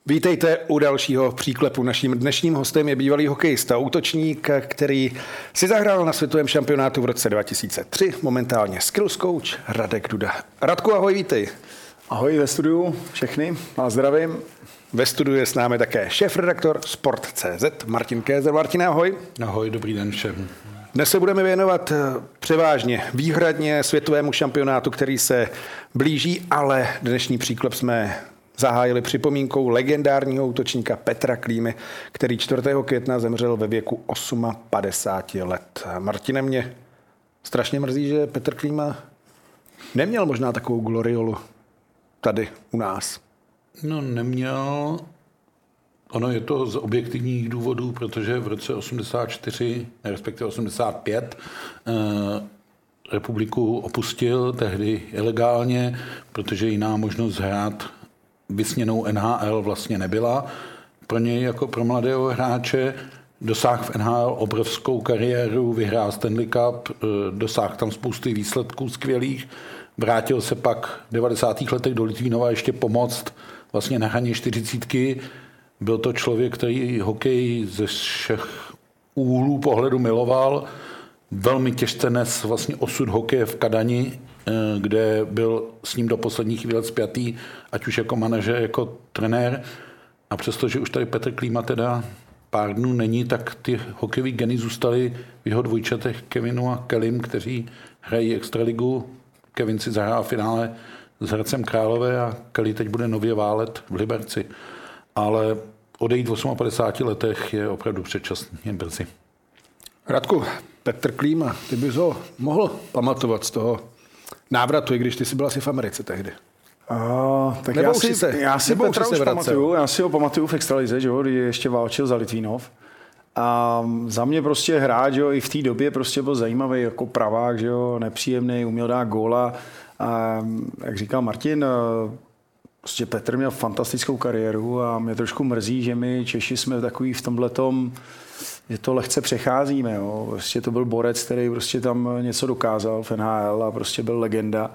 Vítejte u dalšího příklepu. Naším dnešním hostem je bývalý hokejista, útočník, který si zahrál na světovém šampionátu v roce 2003, momentálně skills coach Radek Duda. Radku, ahoj, vítej. Ahoj ve studiu, všechny, vás zdravím. Ve studiu je s námi také šéfredaktor Sport.cz Martin Kézer. Martin, ahoj. Ahoj, dobrý den všem. Dnes se budeme věnovat převážně výhradně světovému šampionátu, který se blíží, ale dnešní příklep jsme zahájili připomínkou legendárního útočníka Petra Klímy, který 4. května zemřel ve věku 58 let. Martine, mě strašně mrzí, že Petr Klíma neměl možná takovou gloriolu tady u nás. No, neměl. Ono je to z objektivních důvodů, protože v roce 84, respektive 85, republiku opustil tehdy ilegálně, protože jiná možnost hrát vysněnou NHL vlastně nebyla. Pro něj jako pro mladého hráče dosáhl v NHL obrovskou kariéru, vyhrál Stanley Cup, dosáhl tam spousty výsledků skvělých. Vrátil se pak v 90. letech do Litvínova ještě pomoct vlastně na hraně 40. Byl to člověk, který hokej ze všech úhlů pohledu miloval. Velmi těžce nes vlastně osud hokeje v Kadani, kde byl s ním do poslední chvíle spjatý, ať už jako manažer, jako trenér. A přestože už tady Petr Klíma teda pár dnů není, tak ty hokejový geny zůstaly v jeho dvojčatech Kevinu a Kellym, kteří hrají extraligu. Kevin si zahrál v finále s Hradcem Králové a Kelly teď bude nově válet v Liberci. Ale odejít v 58 letech je opravdu předčasně brzy. Radku, Petr Klíma, ty bys ho mohl pamatovat z toho návratu, i když ty jsi byl asi v Americe tehdy. Tak já si Petra už pamatuju, já si ho pamatuju v extralize, že jo, kdy ještě válčil za Litvínov. A za mě prostě hráč, jo, i v té době prostě byl zajímavý jako pravák, že jo, nepříjemný, uměl dát góla. A jak říkal Martin, prostě Petr měl fantastickou kariéru a mě trošku mrzí, že my Češi jsme takový v tomhletom, že to lehce přecházíme. Jo. Prostě to byl borec, který prostě tam něco dokázal v NHL a prostě byl legenda.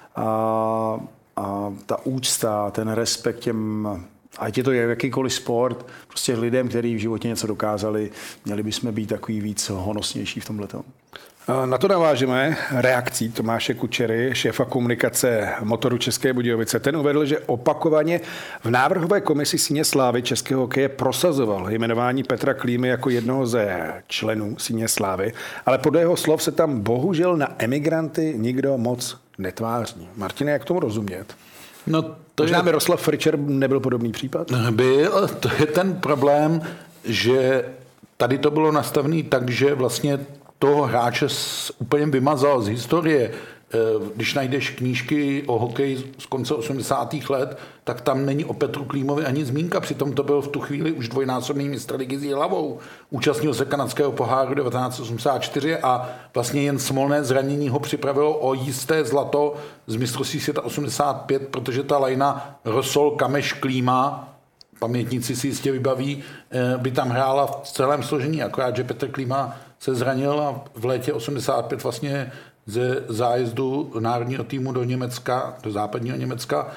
A ta úcta, ten respekt těm, ať je to jakýkoliv sport, prostě lidem, kteří v životě něco dokázali, měli bychom být takový víc honosnější v tomhletom. Na to navážeme reakcí Tomáše Kučery, šéfa komunikace Motoru České Budějovice. Ten uvedl, že opakovaně v návrhové komisi Síně slávy českého hokeje prosazoval jmenování Petra Klímy jako jednoho ze členů Síně slávy, ale podle jeho slov se tam bohužel na emigranty nikdo moc netváří. Martine, jak tomu rozumět? No, možná Miroslav Fričer nebyl podobný případ? Byl, to je ten problém, že tady to bylo nastavené tak, že vlastně toho hráče úplně vymazal z historie. Když najdeš knížky o hokeji z konce 80. let, tak tam není o Petru Klímovi ani zmínka. Přitom to byl v tu chvíli už dvojnásobný mistr ligy s Jihlavou. Účastnil se kanadského poháru 1984 a vlastně jen smolné zranění ho připravilo o jisté zlato z mistrovství světa 85, protože ta lajna Rosol, Kameš, Klíma, pamětníci si jistě vybaví, by tam hrála v celém složení, akorát, že Petr Klíma se zranil a v létě 85 vlastně ze zájezdu národního týmu do Německa, do západního Německa,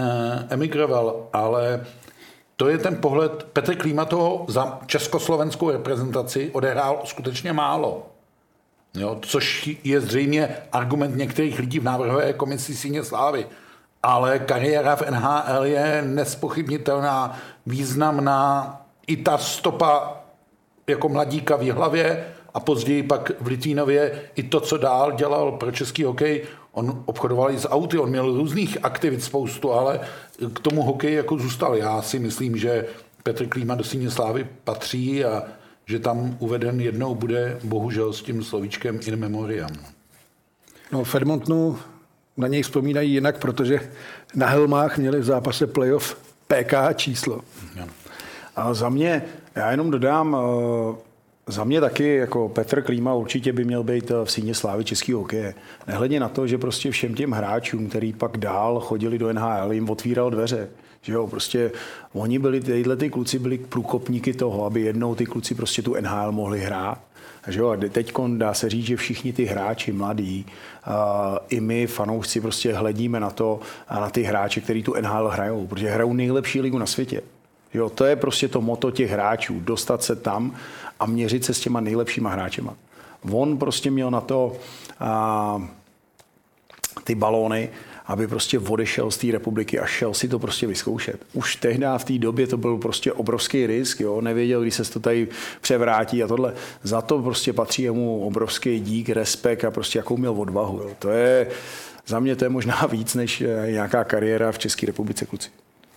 emigroval. Ale to je ten pohled. Petr Klíma toho za československou reprezentaci odehrál skutečně málo. Jo, což je zřejmě argument některých lidí v návrhové komisi Síně slávy. Ale kariéra v NHL je nespochybnitelná, významná. I ta stopa jako mladíka v Jihlavě a později pak v Litvínově i to, co dál dělal pro český hokej. On obchodoval i s auty, on měl různých aktivit spoustu, ale k tomu hokeji jako zůstal. Já si myslím, že Petr Klíma do Síně slávy patří a že tam uveden jednou bude bohužel s tím slovíčkem in memoriam. No, v Edmontonu na něj vzpomínají jinak, protože na helmách měli v zápase playoff PK číslo. A za mě, já jenom dodám, za mě taky jako Petr Klíma určitě by měl být v Síně slávy českého hokeje. Nehledě na to, že prostě všem těm hráčům, který pak dál chodili do NHL, jim otvíral dveře. Že jo, prostě oni byli, ty kluci byli průkopníky toho, aby jednou ty kluci prostě tu NHL mohli hrát. Takže jo, teď dá se říct, že všichni ty hráči mladí, i my fanoušci prostě hledíme na to a na ty hráče, kteří tu NHL hrajou, protože hrajou nejlepší ligu na světě. Jo, to je prostě to motto těch hráčů, dostat se tam a měřit se s těma nejlepšíma hráčema. On prostě měl na to ty balóny, aby prostě odešel z té republiky a šel si to prostě vyzkoušet. Už tehdy v té době to byl prostě obrovský risk, jo? Nevěděl, kdy se to tady převrátí a tohle. Za to prostě patří mu obrovský dík, respekt a prostě jakou měl odvahu. Jo? To je, za mě to je možná víc než nějaká kariéra v České republice, kluci.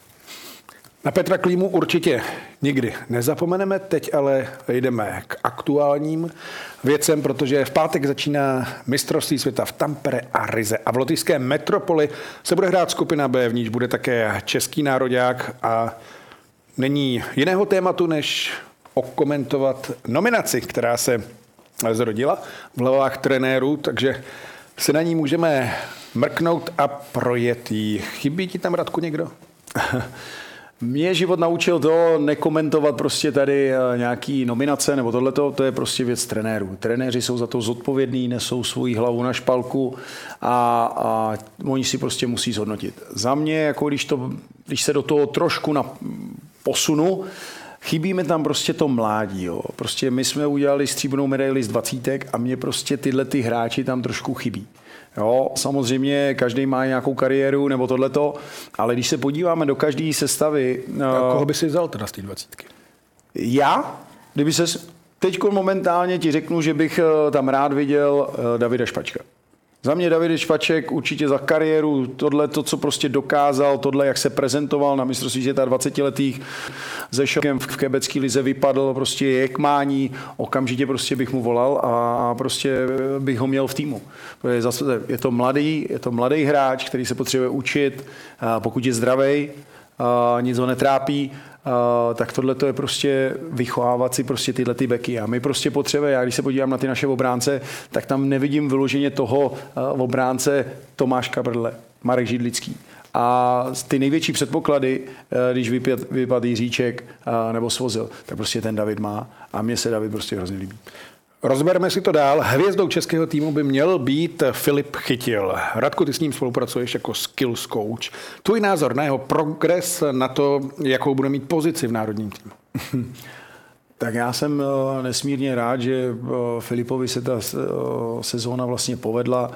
Na Petra Klímu určitě nikdy nezapomeneme, teď ale jdeme k aktuálním věcem, protože v pátek začíná mistrovství světa v Tampere a Rize a v lotyšské metropoli se bude hrát skupina B, v níž bude také český nároďák a není jiného tématu, než okomentovat nominaci, která se zrodila v hlavách trenérů, takže se na ní můžeme mrknout a projet jí. Chybí ti tam, Radku, někdo? Mě život naučil to nekomentovat prostě tady nějaký nominace nebo tohleto, to je prostě věc trenérů. Trenéři jsou za to zodpovědní, nesou svoji hlavu na špalku a oni si prostě musí zhodnotit. Za mě, jako když se do toho trošku posunu, chybí mi tam prostě to mládí. Jo. Prostě my jsme udělali stříbrnou medaili z 20 a mě prostě tyhle ty hráči tam trošku chybí. Jo, samozřejmě každý má nějakou kariéru nebo tohleto, ale když se podíváme do každé sestavy... A koho by si vzal teda z té 20? Já? Kdyby teď momentálně ti řeknu, že bych tam rád viděl Davida Špačka. Za mě David Špaček určitě za kariéru, tohle to, co prostě dokázal, tohle, jak se prezentoval na mistrovství světa 20letých, ze šokem v quebecké lize vypadl, prostě jekmání, okamžitě prostě bych mu volal a prostě bych ho měl v týmu. Je to mladý hráč, který se potřebuje učit, pokud je zdravý, nic ho netrápí, tak tohle to je prostě vychovávat si prostě tyhle ty beky. A my prostě potřebujeme, já když se podívám na ty naše obránce, tak tam nevidím vyloženě toho obránce Tomáš Kabrle, Marek Židlický. A ty největší předpoklady, když vypadl Jiříček nebo Svozil, tak prostě ten David má a mně se David prostě hrozně líbí. Rozbereme si to dál. Hvězdou českého týmu by měl být Filip Chytil. Radku, ty s ním spolupracuješ jako skills coach. Tvůj názor na jeho progres, na to, jakou bude mít pozici v národním týmu? Tak já jsem nesmírně rád, že Filipovi se ta sezóna vlastně povedla.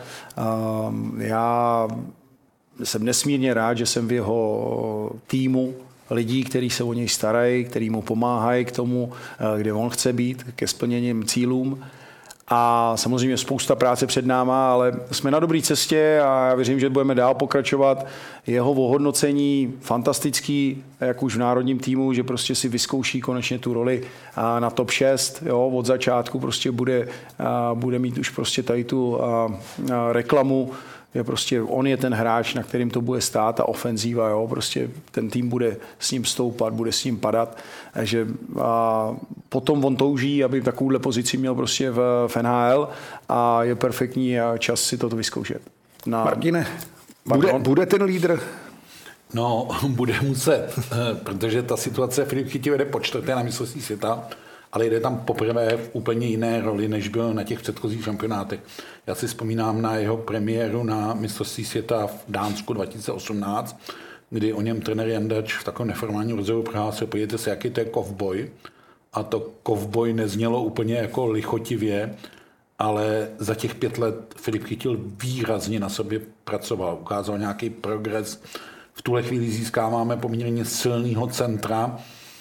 Já jsem nesmírně rád, že jsem v jeho týmu lidí, kteří se o něj starají, kteří mu pomáhají k tomu, kde on chce být, ke splněním cílům. A samozřejmě spousta práce před náma, ale jsme na dobré cestě a já věřím, že budeme dál pokračovat. Jeho ohodnocení fantastický, jak už v národním týmu, že prostě si vyzkouší konečně tu roli na top 6. Jo, od začátku prostě bude mít už prostě tady tu reklamu. On je ten hráč, na kterým to bude stát, ta ofenzíva, jo, prostě ten tým bude s ním stoupat, bude s ním padat, takže potom on touží, aby takovouhle pozici měl prostě v NHL a je perfektní čas si toto vyzkoušet. Martine, bude ten lídr? No, bude muset, protože ta situace Filip Chytil jede po 4. na mistrovství světa, ale jde tam poprvé v úplně jiné roli, než byl na těch předchozích šampionátech. Já si vzpomínám na jeho premiéru na mistrovství světa v Dánsku 2018, kdy o něm trenér Jandač v takovém neformálním rozhovoru prohlásil, podívejte se, jaký to je kovboj. A to kovboj neznělo úplně jako lichotivě, ale za těch 5 let Filip Chytil výrazně na sobě pracoval, ukázal nějaký progres. V tuhle chvíli získáváme poměrně silného centra,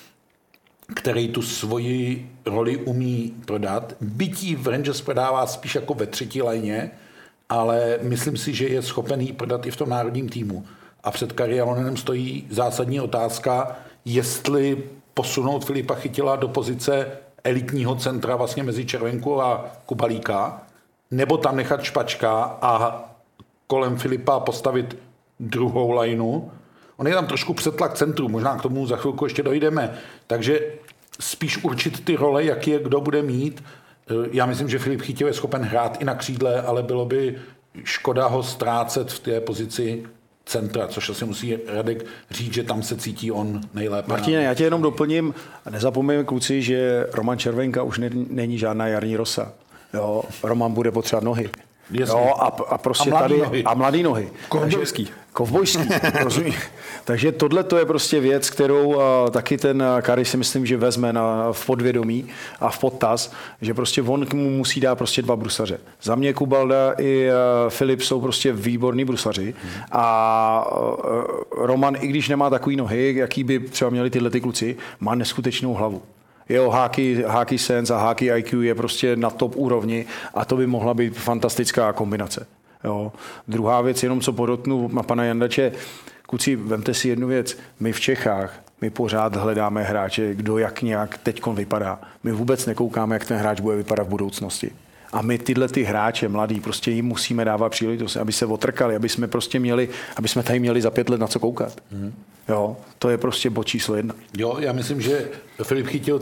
který tu svoji roli umí prodat. Bytí v Rangers prodává spíš jako ve 3. lajně, ale myslím si, že je schopen jí prodat i v tom národním týmu. A před Kari Jalonenem stojí zásadní otázka, jestli posunout Filipa Chytila do pozice elitního centra vlastně mezi Červenku a Kubalíka, nebo tam nechat Špačka a kolem Filipa postavit druhou lajnu. On je tam trošku přetlak centru, možná k tomu za chvilku ještě dojdeme. Takže spíš určit ty role, jak je kdo bude mít. Já myslím, že Filip Chytil je schopen hrát i na křídle, ale bylo by škoda ho ztrácet v té pozici centra, což asi musí Radek říct, že tam se cítí on nejlépe. Martine, já tě jenom doplním a nezapomeňme, kluci, že Roman Červenka už není žádná jarní rosa. Jo, Roman bude potřebovat nohy. a prostě a mladý nohy. Kovbojský, rozumím. Takže tohle to je prostě věc, kterou taky ten Kari si myslím, že vezme v podvědomí a v podtaz, že prostě on mu musí dát prostě 2 bruslaře. Za mě Kubalda i Filip jsou prostě výborní bruslaři a Roman, i když nemá takový nohy, jaký by třeba měli tyhle ty kluci, má neskutečnou hlavu. Jeho hockey sense a hockey IQ je prostě na top úrovni a to by mohla být fantastická kombinace. Jo. Druhá věc, jenom co podotknu na pana Jandače, kluci, vemte si jednu věc, my v Čechách, my pořád hledáme hráče, kdo jak nějak teďkon vypadá. My vůbec nekoukáme, jak ten hráč bude vypadat v budoucnosti. A my tyhle ty hráče mladý, prostě jim musíme dávat příležitost, aby se otrkali, aby jsme tady měli za 5 let na co koukat. Jo, to je prostě bod číslo 1. Jo, já myslím, že Filip chytil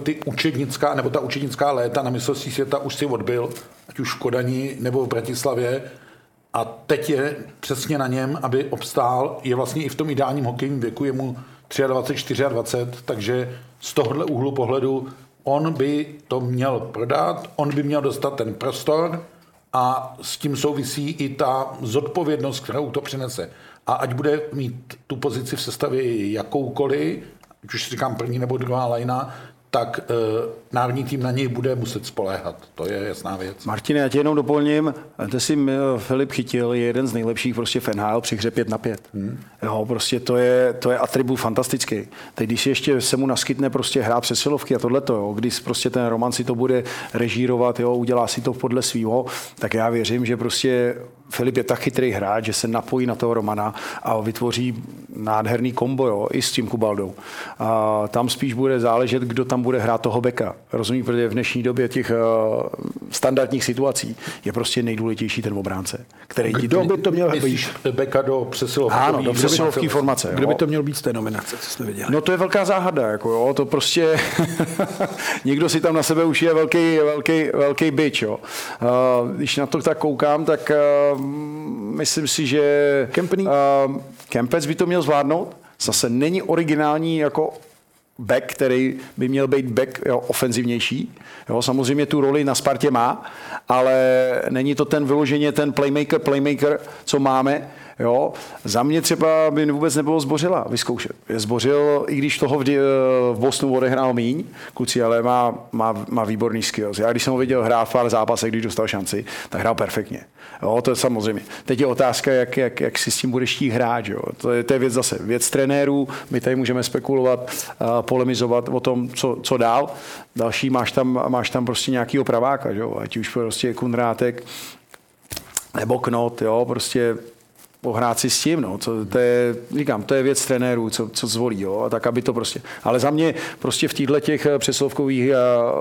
ta učednická léta na mistrovství světa už si odbyl, ať už v Kodani nebo v Bratislavě. A teď je přesně na něm, aby obstál, je vlastně i v tom ideálním hokejovém věku, je mu 23, 24, takže z tohohle úhlu pohledu on by to měl prodat, on by měl dostat ten prostor a s tím souvisí i ta zodpovědnost, kterou to přinese. A ať bude mít tu pozici v sestavě jakoukoliv, ať už říkám první nebo druhá lajna, tak národní tým na něj bude muset spoléhat. To je jasná věc. Martine, já tě jenom doplním. Filip chytil, je jeden z nejlepších prostě v NHL při hře 5-5. Jo, prostě to je atribut fantastický. Teď když ještě se mu naskytne prostě hrát přesilovky a tohleto, jo, když prostě ten Roman si to bude režírovat, jo, udělá si to podle svýho, tak já věřím, že prostě Filip je tak chytrý hráč, že se napojí na toho Romana a vytvoří nádherný kombo, jo, i s tím Kubaldou. A tam spíš bude záležet, kdo tam bude hrát toho beka. Rozumím, protože v dnešní době těch standardních situací je prostě nejdůležitější ten obránce. Kdo by to měl být? Beka do přesilovky. Ano, do přesilovky formace. Kdo by to měl být z té nominace, co jsme viděli? No to je velká záhada, jako jo, to prostě někdo si tam na sebe už je velký bič, jo. Když na to tak koukám, tak myslím si, že Kempec by to měl zvládnout. Zase není originální jako back, který by měl být back, jo, ofenzivnější. Jo, samozřejmě tu roli na Spartě má, ale není to ten vyloženě ten playmaker, co máme. Jo. Za mě třeba by vůbec nebylo Zbořila vyzkoušet. Zbořil, i když toho v Bostonu odehrál míň, kluci, ale má výborný skills. Já když jsem ho viděl hrát v pár zápasech, když dostal šanci, tak hrál perfektně. Jo, to je samozřejmě. Teď je otázka, jak si s tím budeš chtít hrát. Jo. To je věc zase. Věc trenérů, my tady můžeme spekulovat, polemizovat o tom, co dál. Další, máš tam prostě nějakýho praváka, jo. Ať už prostě Kundrátek nebo Knot, jo, prostě pohrát si s tím, no. To je věc trenérů, co zvolí, jo, tak aby to prostě. Ale za mě prostě v těchto těch přesilovkových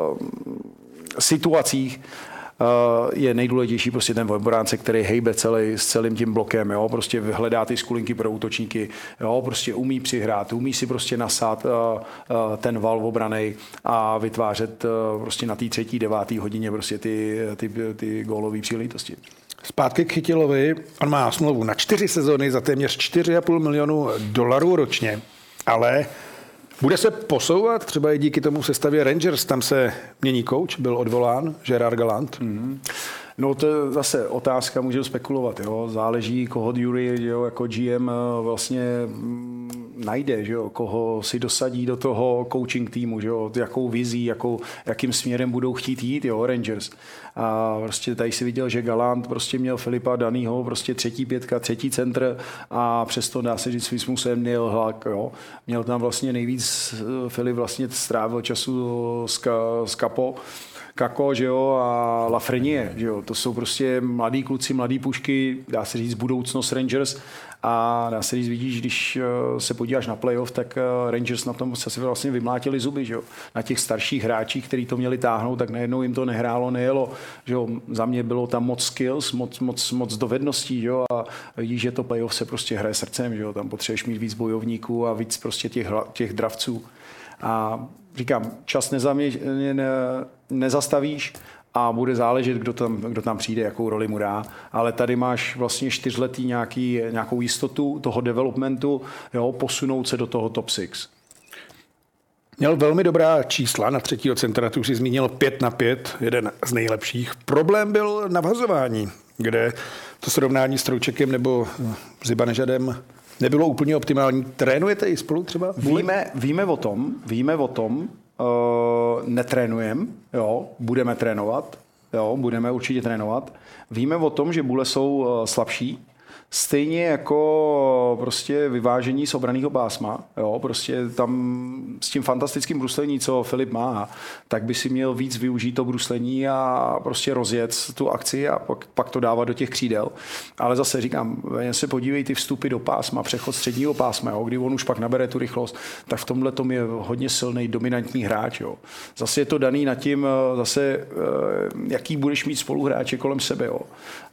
situacích je nejdůležitější prostě ten obránce, který hejbe s celým tím blokem, jo, prostě hledá ty skulinky pro útočníky, jo, prostě umí přihrát, umí si prostě nasát ten val obranej a vytvářet prostě na té 3., 9. hodině prostě ty gólové příležitosti. Zpátky k Chytilovi. On má smlouvu na 4 sezóny za téměř $4,5 milionu ročně, ale bude se posouvat třeba i díky tomu sestavě Rangers. Tam se mění coach, byl odvolán Gerard Gallant. No to je zase otázka, můžeme spekulovat. Jo? Záleží, koho Drury jako GM vlastně najde, že jo? Koho si dosadí do toho coaching týmu, že jo? Jakou vizí, jakým směrem budou chtít jít, jo? Rangers. A prostě tady si viděl, že Gallant prostě měl Filipa Danýho, prostě 3. pětka, 3. centr a přesto dá se říct svým způsobem Neil Hlak, jo. Měl tam vlastně nejvíc, Filip vlastně strávil času s Kako, že jo, a Lafreniere, že jo. To jsou prostě mladí kluci, mladí pušky, dá se říct budoucnost Rangers a dá se říct, vidíš, když se podíváš na playoff, tak Rangers na tom se vlastně vymlátili zuby, že jo. Na těch starších hráčích, kteří to měli táhnout, tak najednou jim to nehrálo, nejelo, že jo. Za mě bylo tam moc skills, moc dovedností, že jo, a vidíš, že to playoff se prostě hraje srdcem, že jo. Tam potřebuješ mít víc bojovníků a víc prostě těch dravců. A říkám, čas nezastavíš a bude záležet, kdo tam přijde, jakou roli mu dá. Ale tady máš vlastně 4letý nějakou jistotu toho developmentu, jo, posunout se do toho top 6. Měl velmi dobrá čísla na 3. centra, tu už si zmínil 5/5, jeden z nejlepších. Problém byl na vhazování. kde to srovnání s Troučekem nebo Zibanejadem nebylo úplně optimální. Trénujete i spolu třeba? Víme o tom, netrénujeme, jo, budeme trénovat, jo, budeme určitě trénovat. Víme o tom, že bule jsou slabší, stejně jako prostě vyvážení z obranného pásma, jo, prostě tam s tím fantastickým bruslení, co Filip má, tak by si měl víc využít to bruslení a prostě rozjet tu akci a pak to dávat do těch křídel. Ale zase říkám, jen se podívej ty vstupy do pásma, přechod středního pásma, jo, kdy on už pak nabere tu rychlost, tak v tomhle tom je hodně silný, dominantní hráč. Jo. Zase je to daný nad tím, zase, jaký budeš mít spoluhráče kolem sebe, jo.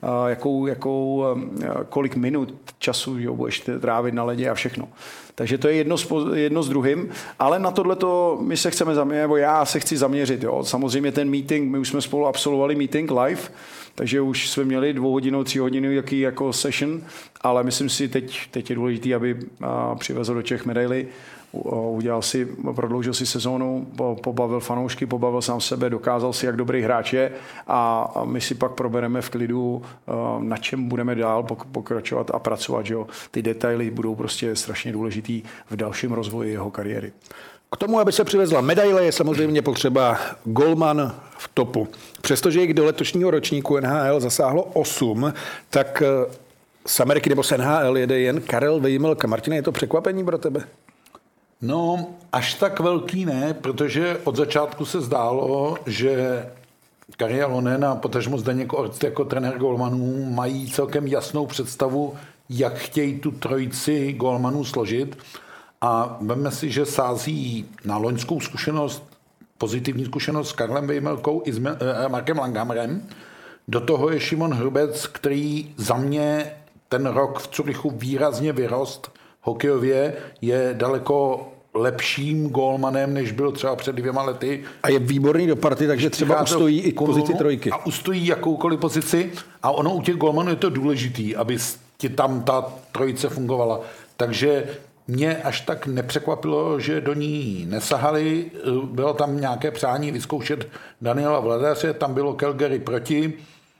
Kolik minut času, jo, budeš trávit na ledě a všechno. Takže to je jedno s druhým, ale na tohleto my se chceme zaměřit, nebo já se chci zaměřit. Jo. Samozřejmě ten meeting, my už jsme spolu absolvovali meeting live, takže už jsme měli 2 hodiny, 3 hodiny jaký jako session, ale myslím si, teď je důležité, aby přivezl do Čech medaily, prodloužil si sezónu, pobavil fanoušky, pobavil sám sebe, dokázal si, jak dobrý hráč je a my si pak probereme v klidu, na čem budeme dál pokračovat a pracovat. Že jo. Ty detaily budou prostě strašně důležitý v dalším rozvoji jeho kariéry. K tomu, aby se přivezla medaile, je samozřejmě potřeba golman v topu. Přestože jich do letošního ročníku NHL zasáhlo 8, tak z Ameriky nebo z NHL jede jen Karel Vejmelka. Martine, je to překvapení pro tebe? No, až tak velký ne, protože od začátku se zdálo, že Kari Jalonen a potažmo Zdeněk Orc jako trenér golmanů mají celkem jasnou představu, jak chtějí tu trojici golmanů složit. A veme si, že sází na loňskou zkušenost, pozitivní zkušenost s Karlem Vejmelkou i s Markem Langhammerem. Do toho je Šimon Hrubec, který za mě ten rok v Curychu výrazně vyrost hokejově, je daleko lepším gólmanem, než byl třeba před 2 lety. A je výborný do party, takže třeba ustojí i pozici trojky. A ustojí jakoukoliv pozici. A ono u těch gólmanů je to důležitý, aby ti tam ta trojice fungovala. Takže mě až tak nepřekvapilo, že do ní nesahali. Bylo tam nějaké přání vyzkoušet Daniela Vladaře, tam bylo Calgary proti.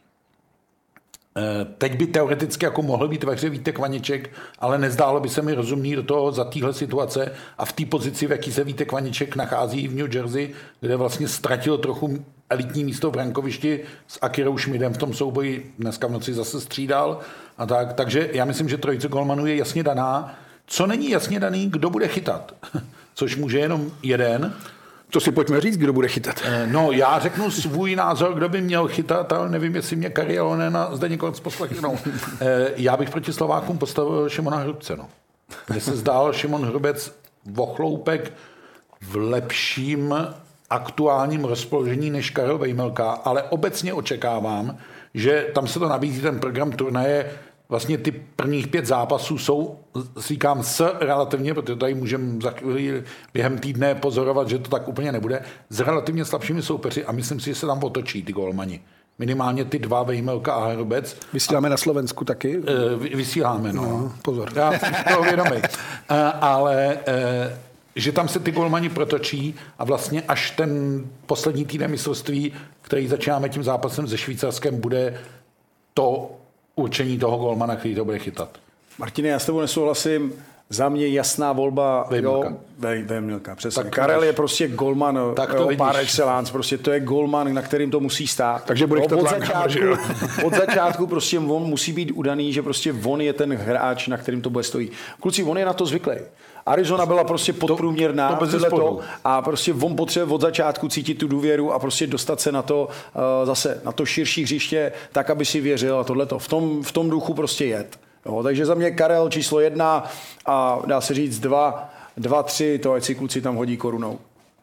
Teď by teoreticky jako mohl být ve hře Vítek Vaniček, ale nezdálo by se mi rozumný do toho za téhle situace a v té pozici, v jaký se Vítek Vaniček nachází v New Jersey, kde vlastně ztratil trochu elitní místo v brankovišti s Akirou Schmidem v tom souboji, dneska v noci zase střídal a tak. Takže já myslím, že trojice golmanů je jasně daná. Co není jasně daný, kdo bude chytat, což může jenom jeden. To si pojďme říct, kdo bude chytat. No, já řeknu svůj názor, kdo by měl chytat, ale nevím, jestli mě Kari Jalonen a Zdeněk Orc poslechnou. Já bych proti Slovákům postavil Šimona Hrubce. No. Mně se zdál Šimon Hrubec vochloupek v lepším aktuálním rozpoložení než Karel Vejmelka, ale obecně očekávám, že tam se to nabízí ten program turnaje. Vlastně ty prvních 5 zápasů jsou, říkám, relativně, protože tady můžeme za chvíli během týdne pozorovat, že to tak úplně nebude, s relativně slabšími soupeři a myslím si, že se tam otočí ty golmani. Minimálně ty 2, Vejmelka a Hrubec. Vysíláme na Slovensku taky? Vysíláme, no. Pozor. Já jsem toho vědomý. Ale že tam se ty golmani protočí a vlastně až ten poslední týden mistrovství, který začínáme tím zápasem se Švýcarskem, bude to určení toho golmana, který to bude chytat. Martine, já s tebou nesouhlasím. Za mě jasná volba Vejmelka. Přesně. Karel je prostě golman par excellence. Prostě to je golman, na kterým to musí stát. Takže bude od začátku prostě on musí být udaný, že prostě on je ten hráč, na kterým to bude stojí. Kluci, on je na to zvyklý. Arizona byla prostě podprůměrná a prostě on potřebuje od začátku cítit tu důvěru a prostě dostat se na to zase na to širší hřiště, tak, aby si věřil a tohleto. V tom duchu prostě jet. Jo, takže za mě Karel číslo 1 a dá se říct 2, 3, to ať si kluci tam hodí korunou.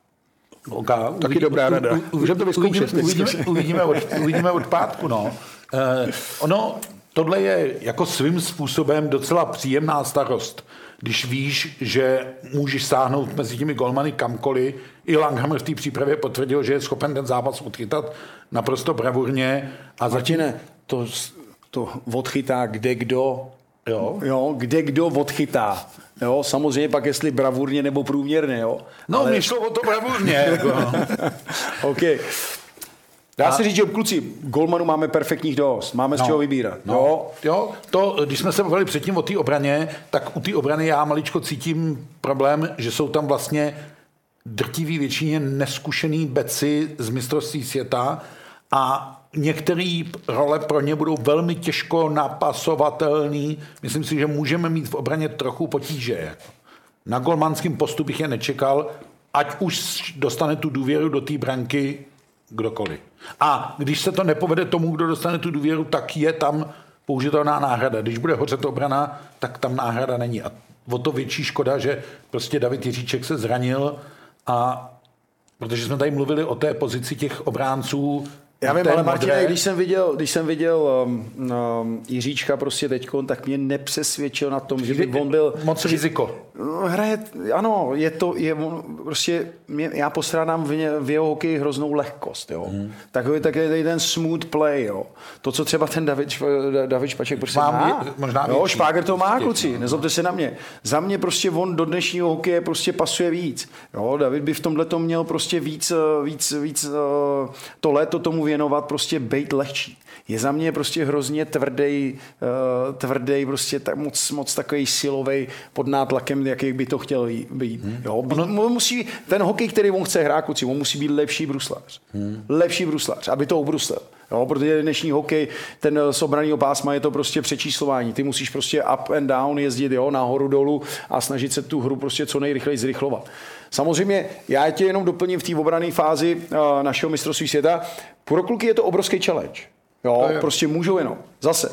Taky dobrá rada. Můžeme to vyzkoušet. Uvidíme od pátku. No. Tohle je jako svým způsobem docela příjemná starost. Když víš, že můžeš sáhnout mezi těmi golmany kamkoliv, i Langhammer v té přípravě potvrdil, že je schopen ten zápas odchytat naprosto bravurně. A Martine, to odchytá kde kdo. Jo, kde kdo odchytá. Jo, samozřejmě pak jestli bravurně nebo průměrně. Jo. No, ale... mě šlo o to bravurně. Jako. OK. Dá se říct, že kluci, golmanů máme perfektních dost, máme z čeho vybírat. Jo, to, když jsme se bavili předtím o té obraně, tak u té obrany já maličko cítím problém, že jsou tam vlastně drtivý většině neskušený beci z mistrovství světa a některé role pro ně budou velmi těžko napasovatelný. Myslím si, že můžeme mít v obraně trochu potíže. Na golmanském postu bych je nečekal, ať už dostane tu důvěru do té branky kdokoliv. A když se to nepovede tomu, kdo dostane tu důvěru, tak je tam použitelná náhrada. Když bude hořet obrana, tak tam náhrada není. A o to větší škoda, že prostě David Jiříček se zranil a protože jsme tady mluvili o té pozici těch obránců. Já vím, ale Martine, když jsem viděl Jiříčka prostě teďkon, tak mě nepřesvědčil na tom, že by on byl... Moc riziko. Hraje, ano, prostě já postrádám v jeho hokeji hroznou lehkost, jo. Takový ten smooth play, jo. To, co třeba ten David Špaček prostě má. Možná jo, Špáger to má, kluci, nezlobte se na mě. Za mě prostě on do dnešního hokeje prostě pasuje víc. Jo, David by v tomhletom měl prostě víc to léto tomu věnovat, prostě bejt lehčí. Je za mě prostě hrozně tvrdý, prostě tak moc takový silový pod nátlakem, jaký by to chtěl být. Jo, musí, ten hokej, který on chce hrát, kluci, on musí být lepší bruslář. Lepší bruslář, aby to ubruslil. Jo, protože dnešní hokej, ten z obranného pásma je to prostě přečíslování. Ty musíš prostě up and down jezdit, jo, nahoru dolů a snažit se tu hru prostě co nejrychleji zrychlovat. Samozřejmě, já tě jenom doplním v té obranné fázi našeho mistrovství světa. Pro kluky je to obrovský challenge. Jo, prostě můžou jenom. Zase.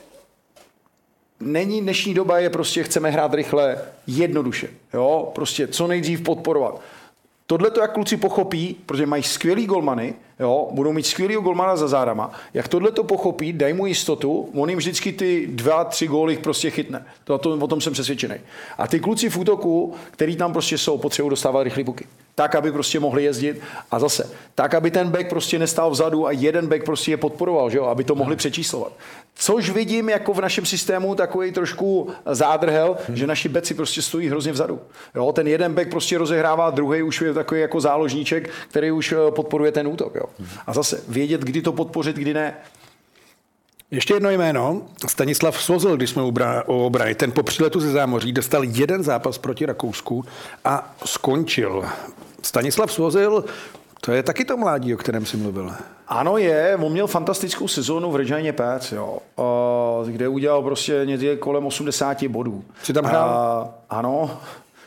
Dnešní doba je prostě, chceme hrát rychle, jednoduše. Jo, prostě co nejdřív podporovat. Tohle to jak kluci pochopí, protože mají skvělý golmany, jo, budou mít skvělýho golmana za zádama, jak tohle to pochopí, daj mu jistotu, on jim vždycky ty 2-3 góly prostě chytne. O tom jsem přesvědčený. A ty kluci v útoku, který tam prostě jsou, potřebují dostávat rychlý puky. Tak, aby prostě mohli jezdit a zase, tak, aby ten back prostě nestál vzadu a jeden back prostě je podporoval, že jo, aby to mohli přečíslovat. Což vidím jako v našem systému takový trošku zádrhel, že naši beci prostě stojí hrozně vzadu. Jo, ten jeden back prostě rozehrává, druhý už je takový jako záložníček, který už podporuje ten útok, jo. A zase vědět, kdy to podpořit, kdy ne. Ještě jedno jméno, Stanislav Svozil, když jsme o obrany, ten po příletu ze zámoří dostal jeden zápas proti Rakousku a skončil. Stanislav Svozil, to je taky to mládí, o kterém jsi mluvil. Ano, on měl fantastickou sezónu v Regina Pats, jo, kde udělal prostě někde kolem 80 bodů. Jsi tam hrál? Ano.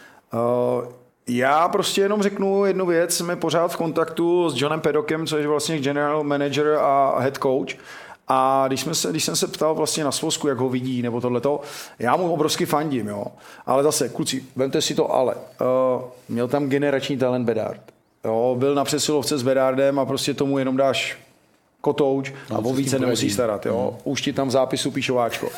Já prostě jenom řeknu jednu věc, jsme pořád v kontaktu s Johnem Pedokem, což je vlastně general manager a head coach. A když jsem se ptal vlastně na Svozku, jak ho vidí, nebo tohleto, já mu obrovsky fandím, jo. Ale zase, kluci, vemte si to ale. Měl tam generační talent Bedard. Jo, byl na přesilovce s Bedardem a prostě tomu jenom dáš kotouč a o více nemusíš starat, jo. Už ti tam v zápisu píšováčko.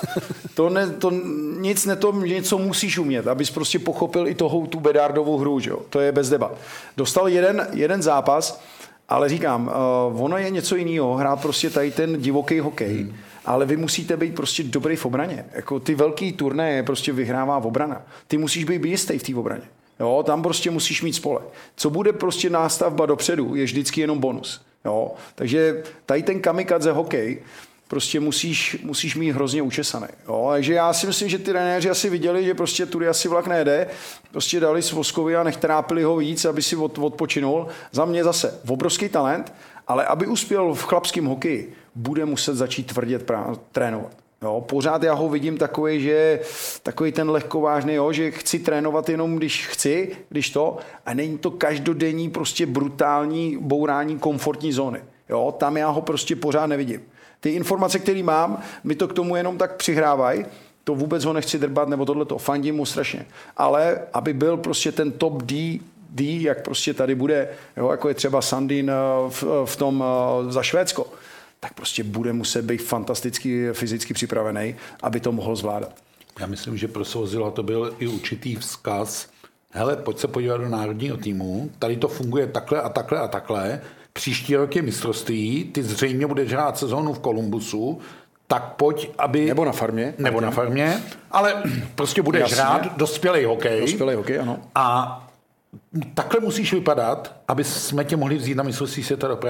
Něco musíš umět, abys prostě pochopil i tu Bedardovou hru, jo. To je bez debat. Dostal jeden zápas, ale říkám, ono je něco jiného, hrát prostě tady ten divoký hokej, ale vy musíte být prostě dobrý v obraně. Jako ty velký turnaje prostě vyhrává v obrana. Ty musíš být jistý v té obraně. Jo, tam prostě musíš mít spole. Co bude prostě nástavba dopředu, je vždycky jenom bonus. Jo, takže tady ten kamikadze hokej prostě musíš mít hrozně učesaný. Jo, takže já si myslím, že ty trenéři asi viděli, že prostě tudy asi vlak nejde, prostě dali Svozkovi a nechtrápili ho víc, aby si odpočinul. Za mě zase obrovský talent, ale aby uspěl v chlapském hokeji, bude muset začít tvrdě trénovat. Jo, pořád já ho vidím takový ten lehkovážný, jo, že chci trénovat jenom, když chci, a není to každodenní prostě brutální bourání komfortní zóny. Jo, tam já ho prostě pořád nevidím. Ty informace, které mám, mi to k tomu jenom tak přihrávají, to vůbec ho nechci drbat nebo tohleto, fandím mu strašně. Ale aby byl prostě ten top D, jak prostě tady bude, jo, jako je třeba Sandin v tom za Švédsko, tak prostě bude muset být fantasticky fyzicky připravený, aby to mohl zvládat. Já myslím, že pro Svozila to byl i určitý vzkaz. Hele, pojď se podívat do národního týmu, tady to funguje takhle a takhle a takhle, příští rok je mistrovství, ty zřejmě budeš hrát sezónu v Kolumbusu, tak pojď, aby... Nebo na farmě. Ale prostě budeš hrát dospělej hokej. Dospělej hokej, ano. A takhle musíš vypadat, aby jsme tě mohli vzít na mistrovství světa do Prahy.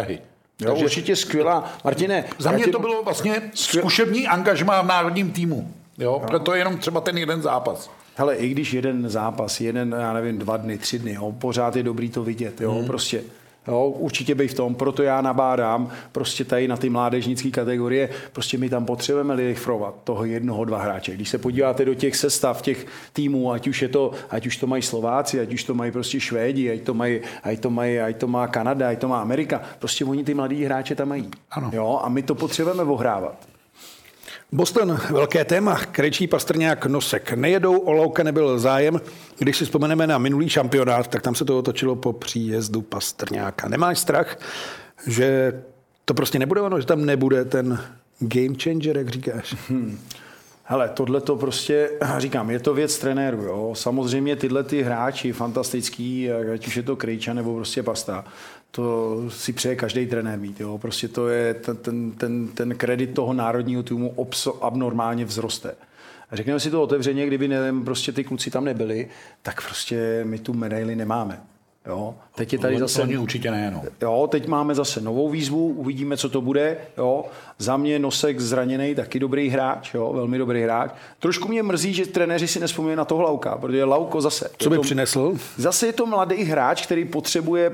Jo, určitě skvělá. Martine, za mě to bylo vlastně zkušební angažmá v národním týmu. Jo? Proto jenom třeba ten jeden zápas. Hele, i když jeden zápas, já nevím, 2 dny, 3 dny, jo, pořád je dobrý to vidět, jo, prostě. Jo, určitě bej v tom, proto já nabádám prostě tady na ty mládežnické kategorie, prostě my tam potřebujeme lidifrovat toho 1-2 hráče. Když se podíváte do těch sestav, těch týmů, ať už to mají Slováci, ať už to mají prostě Švédi, ať to má Kanada, ať to má Amerika, prostě oni ty mladí hráče tam mají. Ano. Jo, a my to potřebujeme ohrávat. Boston, velké téma. Krejčí, Pastrňák, Nosek. Nejedou, o Lauka nebyl zájem. Když si vzpomeneme na minulý šampionát, tak tam se to otočilo po příjezdu Pastrňáka. Nemáš strach, že to prostě nebude ono, že tam nebude ten game changer, jak říkáš? Hele, tohle to prostě, říkám, je to věc trenéru, jo. Samozřejmě tyhle ty hráči fantastický, ať už je to Krejča nebo prostě Pasta, to si přeje každý trenér mít, jo. Prostě to je ten kredit toho národního týmu abnormálně vzroste. A řekneme si to otevřeně, kdyby prostě ty kluci tam nebyli, tak prostě my tu medaili nemáme. Jo, teď je tady zase určitě ne, no. Jo, teď máme zase novou výzvu, uvidíme, co to bude, jo. Za mě Nosek zraněný, taky dobrý hráč, jo, velmi dobrý hráč. Trošku mě mrzí, že trenéři si nespomínají na toho Lauka, protože Lauko zase. Co by přinesl? Zase je to mladý hráč, který potřebuje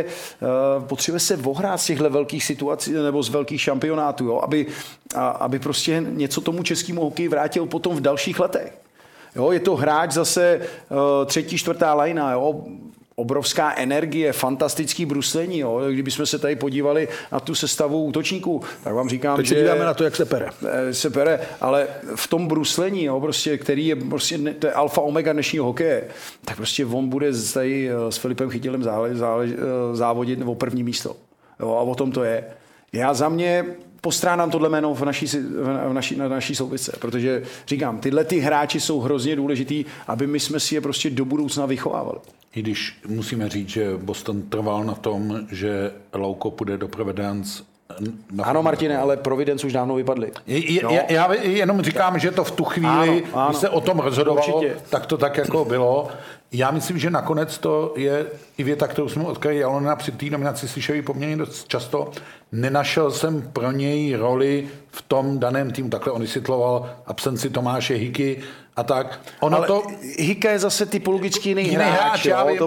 se ohrát z těchto velkých situací nebo z velkých šampionátů, jo, aby prostě něco tomu českému hokeji vrátil potom v dalších letech. Jo, je to hráč zase 3., 4. lajna, jo. Obrovská energie, fantastický bruslení. Jo. Kdybychom se tady podívali na tu sestavu útočníků, tak vám říkám, teď že... Teď se díváme na to, jak se pere. Ale v tom bruslení, jo, prostě, který je prostě, to je alfa omega dnešního hokeje, tak prostě on bude tady s Filipem Chytilem závodit o první místo. Jo, a o tom to je. Já za mě postrádám tohle jméno na naší souvisce, protože říkám, tyhle ty hráči jsou hrozně důležitý, aby my jsme si je prostě do budoucna vychovávali. I když musíme říct, že Boston trval na tom, že Lauko půjde do Providence. Ano, Martine, ale Providence už dávno vypadli. Já jenom říkám, že to v tu chvíli, ano. Když se o tom rozhodovalo, určitě. Tak to tak jako bylo. Já myslím, že nakonec to je i věta, kterou jsme od Kraje Jalona při té nominaci slyšeli poměrně dost často. Nenašel jsem pro něj roli v tom daném týmu. Takhle on vysvětloval absenci Tomáše Hiky a tak. Ale Hika je zase typologicky jiný hráč.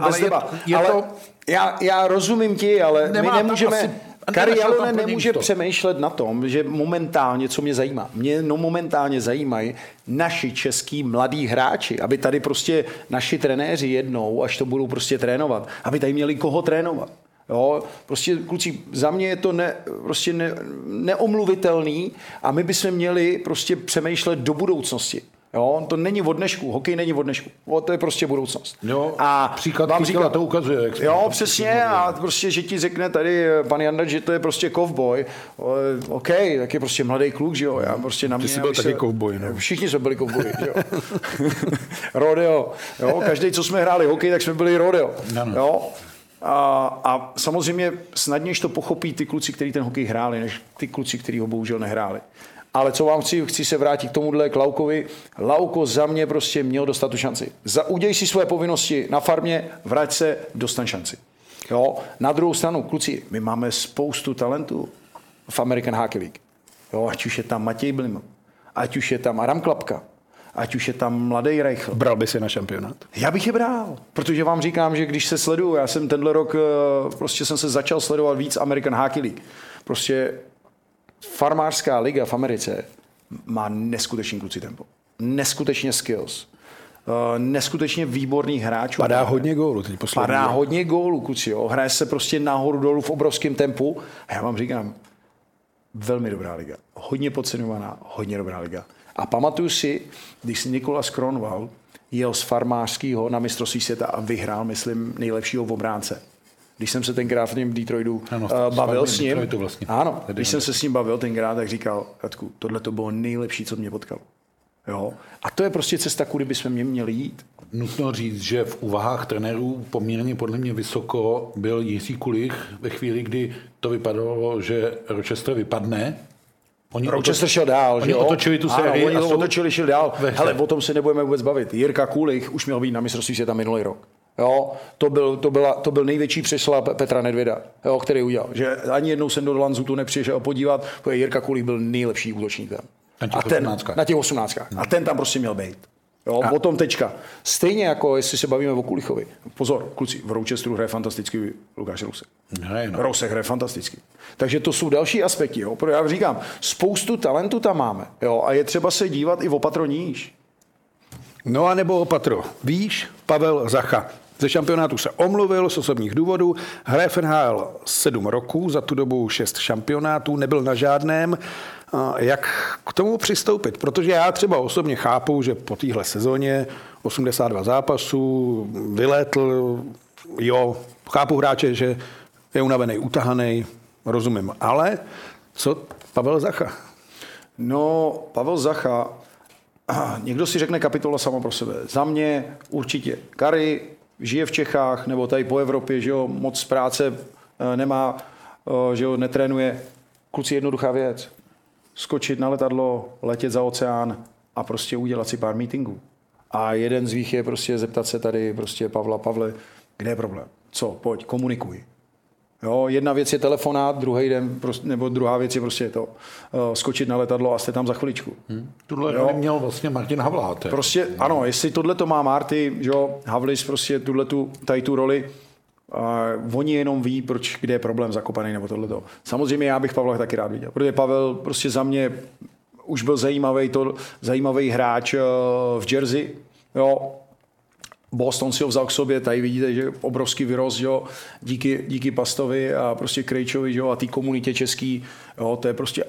Já rozumím ti, ale my nemůžeme... Kari Jalone nemůže přemýšlet na tom, že momentálně, co mě zajímá, momentálně zajímají naši český mladí hráči, aby tady prostě naši trenéři jednou, až to budou prostě trénovat, aby tady měli koho trénovat. Jo, prostě kluci, za mě je to neomluvitelný a my bychom měli prostě přemýšlet do budoucnosti. Jo, to není od dnešku, hokej není od dnešku, to je prostě budoucnost. Jo, a příklad vám říká, to ukazuje. Jo, přesně, a prostě, že ti řekne tady pan Janda, že to je prostě kovboj, OK, tak je prostě mladý kluk, že jo, já prostě na mě... Ty jsi byl taky kovboj, no. Všichni jsme byli kovboji, že jo. Rodeo, jo, každý, co jsme hráli hokej, tak jsme byli rodeo, jo. A samozřejmě snadněji to pochopí ty kluci, kteří ten hokej hráli, než ty kluci, kteří ho bohužel nehráli. Ale co vám chci se vrátit k tomuhle k Laukovi. Lauko za mě prostě měl dostat tu šanci. Udělej si své povinnosti na farmě, vrať se, dostan šanci. Jo? Na druhou stranu, kluci, my máme spoustu talentů v American Hockey League. Jo? Ať už je tam Matěj Blim, ať už je tam Adam Klapka, ať už je tam mladý Reichl. Bral by si na šampionát? Já bych je bral, protože vám říkám, že když se sleduju, já jsem tenhle rok, prostě jsem se začal sledovat víc American Hockey League. Prostě farmářská liga v Americe má neskutečný kluci tempo. Neskutečně skills. Neskutečně výborný hráč. Padá hodně gólů teď poslední. Padá hodně gólů, kluci. Jo. Hraje se prostě nahoru dolů v obrovském tempu. A já vám říkám, velmi dobrá liga. Hodně podceňovaná, hodně dobrá liga. A pamatuju si, když Nikolas Kronwall jel z farmářského na mistrovství světa a vyhrál, myslím, nejlepšího obránce. Když jsem se tenkrát v něm Detroitu bavil s ním, vlastně. Ano, když jsem se s ním bavil tenkrát, tak říkal, Radku, tohle to bylo nejlepší, co mě potkalo. Jo? A to je prostě cesta, kudy bychom měli jít. Nutno říct, že v úvahách trenérů poměrně podle mě vysoko byl Jiří Kulich ve chvíli, kdy to vypadalo, že Rochester vypadne. Rochester šel dál, že jo? Otočili tu sérii. Oni otočili, šel dál. Hele, o tom se nebudeme vůbec bavit. Jirka Kulich už měl být na mistrovství světa minulý rok. Jo, to byl největší přešlap Petra Nedvěda, jo, který udělal. Že ani jednou jsem do Lanzutu nepřišel podívat, protože Jirka Kulík byl nejlepší útočník tam. Na těch 18. A ten tam prostě měl být. Jo, potom tečka. Stejně jako, jestli se bavíme o Kulichovi. Pozor, kluci, v Rochesteru hraje fantastický Lukáš Rousek. Rousek hraje fantasticky. Takže to jsou další aspekty. Jo. Já říkám, spoustu talentu tam máme. Jo, a je třeba se dívat i o patro níž. No a nebo opatro výš, Pavel Zacha. Ze šampionátu se omluvil z osobních důvodů, hraje v NHL 7 roků, za tu dobu 6 šampionátů, nebyl na žádném. Jak k tomu přistoupit? Protože já třeba osobně chápu, že po téhle sezóně 82 zápasů, vylétl, jo, chápu hráče, že je unavený, utahaný, rozumím. Ale co Pavel Zacha? No, Pavel Zacha, někdo si řekne kapitola sama pro sebe. Za mě určitě Kari žije v Čechách nebo tady po Evropě, že jo, moc práce nemá, že jo, netrénuje. Kluci, jednoduchá věc. Skočit na letadlo, letět za oceán a prostě udělat si pár meetingů. A jeden z nich je prostě zeptat se tady prostě Pavle, kde je problém? Co? Pojď, komunikuj. Jo, jedna věc je telefonát, druhý den, nebo druhá věc je prostě to skočit na letadlo a jste tam za chviličku. Tuhle roli měl vlastně Martin Havlát. Prostě ano, jestli tohle to má Marty, jo, Havlis prostě tady tu roli, oni jenom ví, kde je problém zakopaný nebo tohleto. Samozřejmě já bych Pavla taky rád viděl, protože Pavel prostě za mě už byl zajímavý hráč v Jersey, jo. Boston si ho vzal k sobě, tady vidíte, že obrovský vyrost, jo, díky Pastovi a prostě Krejčovi, jo, a té komunitě český, jo, to je prostě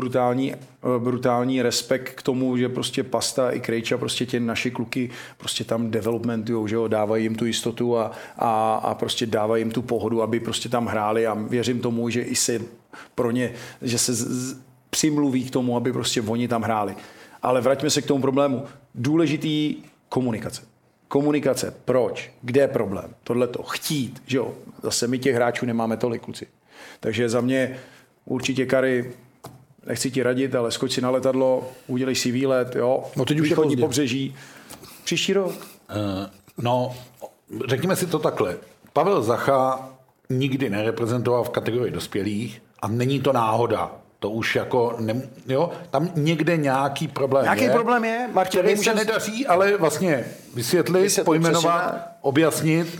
brutální respekt k tomu, že prostě Pasta i Krejča, prostě tě naši kluky prostě tam developmentujou, že jo, dávají jim tu jistotu a prostě dávají jim tu pohodu, aby prostě tam hráli a věřím tomu, že i se pro ně, že se přimluví k tomu, aby prostě oni tam hráli. Ale vraťme se k tomu problému. Důležitý komunikace. Proč? Kde je problém? Tohleto. Chtít, že jo? Zase my těch hráčů nemáme tolik, kluci. Takže za mě určitě Kari, nechci ti radit, ale skoč si na letadlo, udělej si výlet, jo? No teď už východní pobřeží. Příští rok. No, řekněme si to takhle. Pavel Zacha nikdy nereprezentoval v kategorii dospělých a není to náhoda. To už jako, jo, tam někde nějaký problém problém je, Martin, který se nedaří, ale vlastně vysvětlit, pojmenovat, objasnit.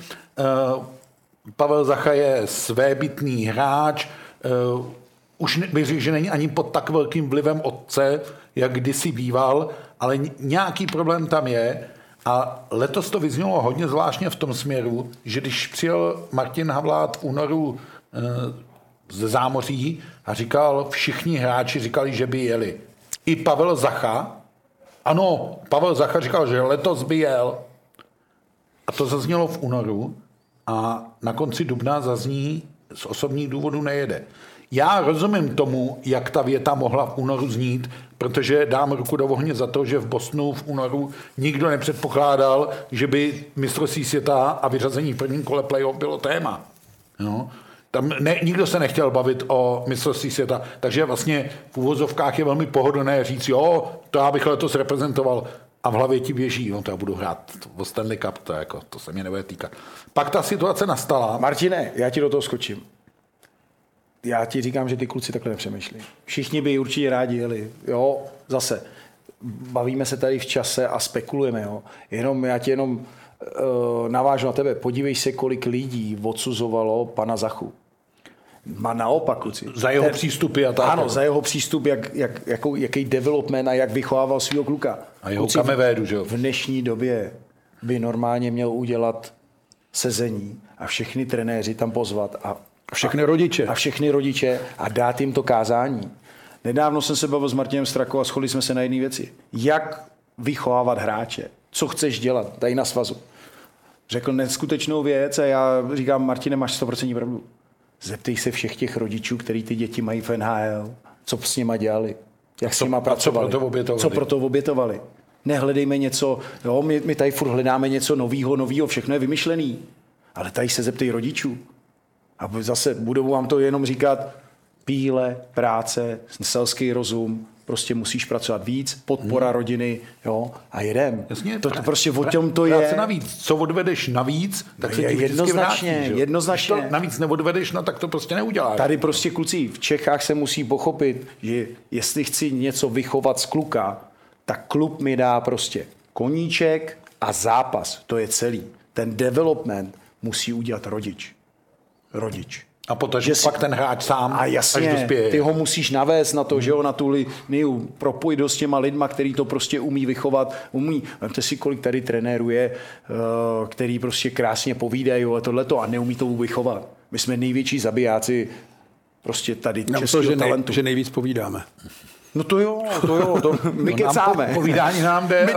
Pavel Zacha je svébytný hráč, už bych řekl, že není ani pod tak velkým vlivem otce, jak kdysi býval, ale nějaký problém tam je a letos to vyznělo hodně zvláštně v tom směru, že když přijel Martin Havlát v únoru ze zámoří a říkal, všichni hráči říkali, že by jeli. I Pavel Zacha, ano, Pavel Zacha říkal, že letos by jel. A to zaznělo v únoru a na konci dubna zazní, z osobních důvodů nejede. Já rozumím tomu, jak ta věta mohla v únoru znít, protože dám ruku do ohně za to, že v Bostonu v únoru nikdo nepředpokládal, že by mistrovství světa a vyřazení v prvním kole playoff bylo téma. No. Tam nikdo se nechtěl bavit o mistrovství světa, takže vlastně v uvozovkách je velmi pohodlné říct, jo, to já bych letos reprezentoval a v hlavě ti běží, no to já budu hrát o Stanley Cup, to se mě nebude týkat. Pak ta situace nastala. Martine, já ti do toho skočím. Já ti říkám, že ty kluci takhle nepřemýšlí. Všichni by určitě rádi jeli, jo, zase. Bavíme se tady v čase a spekulujeme, jo. Já ti navážu na tebe. Podívej se, kolik lidí odsuzovalo pana Zachu. Má naopak, kluci. Za jeho přístupy a tak. Ano, za jeho přístup, jaký development a jak vychovával svého kluka. A jeho kamevédu, že jo? V dnešní době by normálně měl udělat sezení a všechny trenéři tam pozvat a všechny rodiče a dát jim to kázání. Nedávno jsem se bavil s Martinem Strakou a shodli jsme se na jedné věci. Jak vychovávat hráče? Co chceš dělat tady na svazu? Řekl neskutečnou věc a já říkám, Martine, máš 100% pravdu. Zeptej se všech těch rodičů, který ty děti mají v NHL, co s nima dělali, jak s nima pracovali, co pro to obětovali. Nehledejme něco, jo, my tady furt hledáme něco novýho, všechno je vymyšlený. Ale tady se zeptej rodičů. A zase budou vám to jenom říkat píle, práce, selský rozum, prostě musíš pracovat víc, podpora rodiny, jo, a jedem. Jasně, to prostě o tom to je. Navíc. Co odvedeš navíc, tak se ti jednoznačně. Když to navíc neodvedeš, no tak to prostě neuděláš. Tady prostě kluci, v Čechách se musí pochopit, že jestli chci něco vychovat z kluka, tak klub mi dá prostě koníček a zápas. To je celý. Ten development musí udělat rodič. A protože pak ten hráč sám, a jasně, až dospěje. Ty ho musíš navést na to, že jo, na tu linii, propojit ho s těma lidma, který to prostě umí vychovat, Vemte si, kolik tady trenérů je, který prostě krásně povídají a tohleto a neumí to vychovat. My jsme největší zabijáci prostě tady českého talentu. Že nejvíc povídáme. No to jo, my kecáme. Povídání nám jde,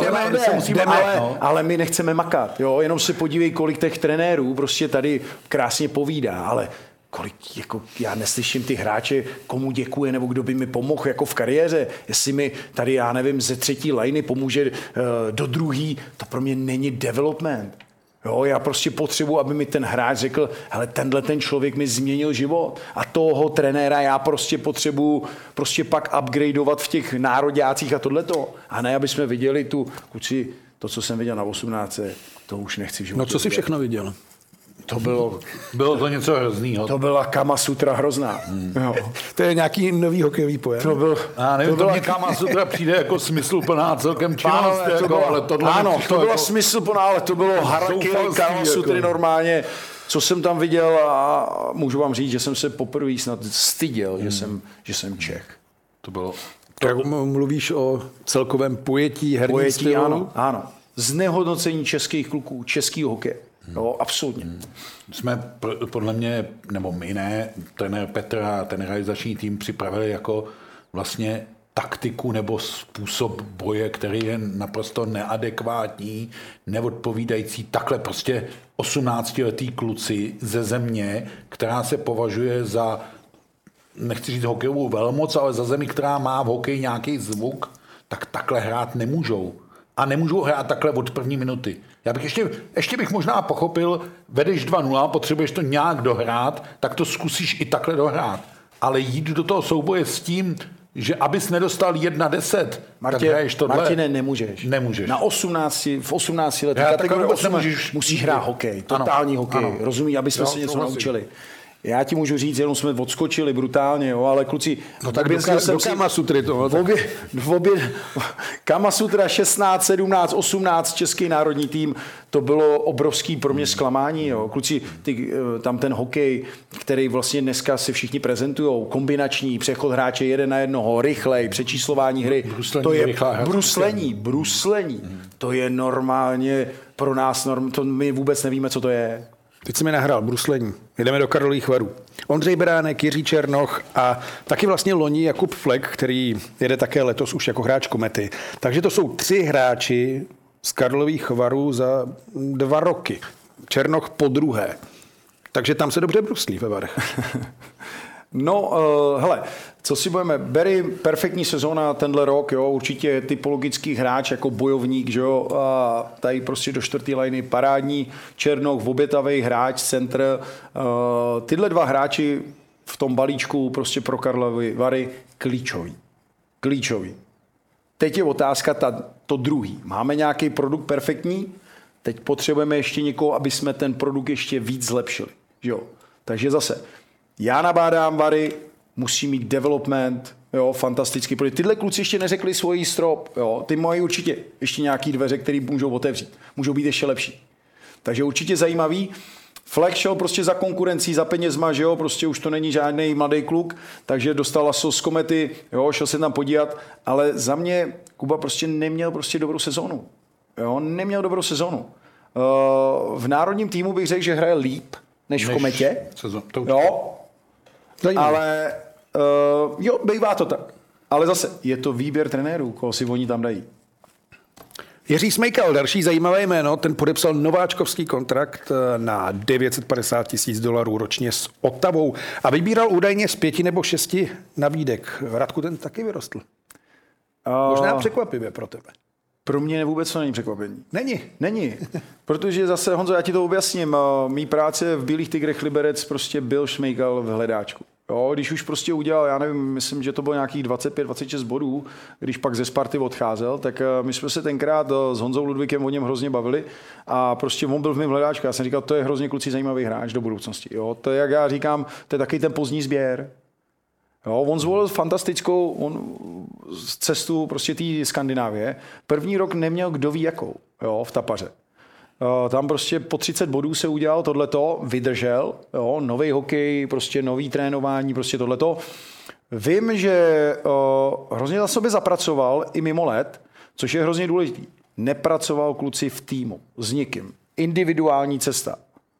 ale my nechceme makat, jo, jenom se podívej, kolik těch trenérů prostě tady krásně povídá, ale kolik, jako já neslyším ty hráče, komu děkuje, nebo kdo by mi pomohl jako v kariéře, jestli mi tady, já nevím, ze třetí liny pomůže do druhý, to pro mě není development. Jo, já prostě potřebuji, aby mi ten hráč řekl, hele, ten člověk mi změnil život a toho trenéra já prostě potřebuji prostě pak upgradeovat v těch nároďácích a tohleto. A ne, aby jsme viděli kluci, to, co jsem viděl na 18, to už nechci v životě. No co jsi všechno viděl? To bylo to něco hroznýho. To byla Kama Sutra hrozná. Jo. To je nějaký nový hokejový pojem. To mě Kama Sutra přijde jako smysluplná celkem činnost. Ale to bylo smysluplná, ale to bylo harakiri Kama Sutry normálně. Co jsem tam viděl a můžu vám říct, že jsem se poprvé snad styděl, že jsem Čech. To bylo... Tak mluvíš o celkovém pojetí herní stylu? Ano. Znehodnocení českých kluků, českýho hokeje. No, absolutně. Jsme podle mě, nebo my ne, trenér Petr a ten realizační tým připravili jako vlastně taktiku nebo způsob boje, který je naprosto neadekvátní, neodpovídající takhle prostě 18letý kluci ze země, která se považuje za, nechci říct hokejovou velmoc, ale za zemi, která má v hokeji nějaký zvuk, tak takhle hrát nemůžou. A nemůžou hrát takhle od první minuty. Já bych ještě bych možná pochopil, vedeš 2-0, potřebuješ to nějak dohrát, tak to zkusíš i takhle dohrát. Ale jít do toho souboje s tím, že abys nedostal 1-10, tak hraješ tohle. Martine, nemůžeš. Nemůžeš. V 18 letech musíš hrát hokej, totální hokej. Ano. Rozumí, aby jsme se něco naučili. Já ti můžu říct, jenom jsme odskočili brutálně, jo, ale kluci... No tak do Kama Sutry toho. Kama Sutra 16, 17, 18, český národní tým, to bylo obrovský pro mě zklamání. Jo. Kluci, tam ten hokej, který vlastně dneska se všichni prezentujou, kombinační, přechod hráče 1 na 1, rychlej, přečíslování hry, to je bruslení. To je normálně pro nás, to my vůbec nevíme, co to je. Teď jsi mi nahrál bruslení. Jdeme do Karlových Varů. Ondřej Beránek, Jiří Černoch a taky vlastně loni Jakub Flek, který jede také letos už jako hráč Komety. Takže to jsou 3 hráči z Karlových Varů za 2 roky. Černoch po druhé. Takže tam se dobře bruslí ve Varech. No, hele, co si budeme, Barry, perfektní sezóna tenhle rok, jo, určitě typologický hráč jako bojovník, že jo, a tady prostě do 4. liny parádní, Černoch, obětavý hráč, centr, tyhle 2 hráči v tom balíčku prostě pro Karlovy Vary klíčový. Teď je otázka to druhý. Máme nějaký produkt perfektní, teď potřebujeme ještě někoho, aby jsme ten produkt ještě víc zlepšili, jo. Takže zase, já nabádám Vary, musí mít development, jo, fantasticky, protože tyhle kluci ještě neřekli svůj strop, jo, ty mají určitě ještě nějaký dveře, které můžou otevřít, můžou být ještě lepší. Takže určitě zajímavý. Fleck šel prostě za konkurencí, za penězma, že jo, prostě už to není žádný mladý kluk, takže dostal laso z Komety, jo, šel se tam podívat, ale za mě Kuba prostě neměl prostě dobrou sezónu. Jo, neměl dobrou sezónu. V národním týmu bych řekl, že hraje líp než v Kometě. Jo, ale jo, bývá to tak. Ale zase, je to výběr trenérů, koho si oni tam dají. Jiří Smejkal, další zajímavé jméno, ten podepsal nováčkovský kontrakt na $950 000 ročně s Ottawou a vybíral údajně z 5 nebo 6 nabídek. Radku, ten taky vyrostl. Možná překvapivě pro tebe. Pro mě vůbec to není překvapení. Není. Protože zase, Honzo, já ti to objasním. Mý práce v Bílých Tigrech Liberec prostě byl Šmejkal v hledáčku. Jo, když už prostě udělal, já nevím, myslím, že to bylo nějakých 25-26 bodů, když pak ze Sparty odcházel, tak my jsme se tenkrát s Honzou Ludvíkem o něm hrozně bavili a prostě on byl v mém hledáčku. Já jsem říkal, to je hrozně kluci zajímavý hráč do budoucnosti. Jo, to je, jak já říkám, to je taky ten pozdní sběr. Jo, on zvolil fantastickou cestu prostě té Skandinávie. První rok neměl kdo ví jakou, jo, v Tapaře. Tam prostě po 30 bodů se udělal tohleto, vydržel, jo, nový hokej, prostě nový trénování, prostě tohleto. Vím, že hrozně za sobě zapracoval i mimo let, což je hrozně důležitý. Nepracoval kluci v týmu, s nikým. Individuální cesta.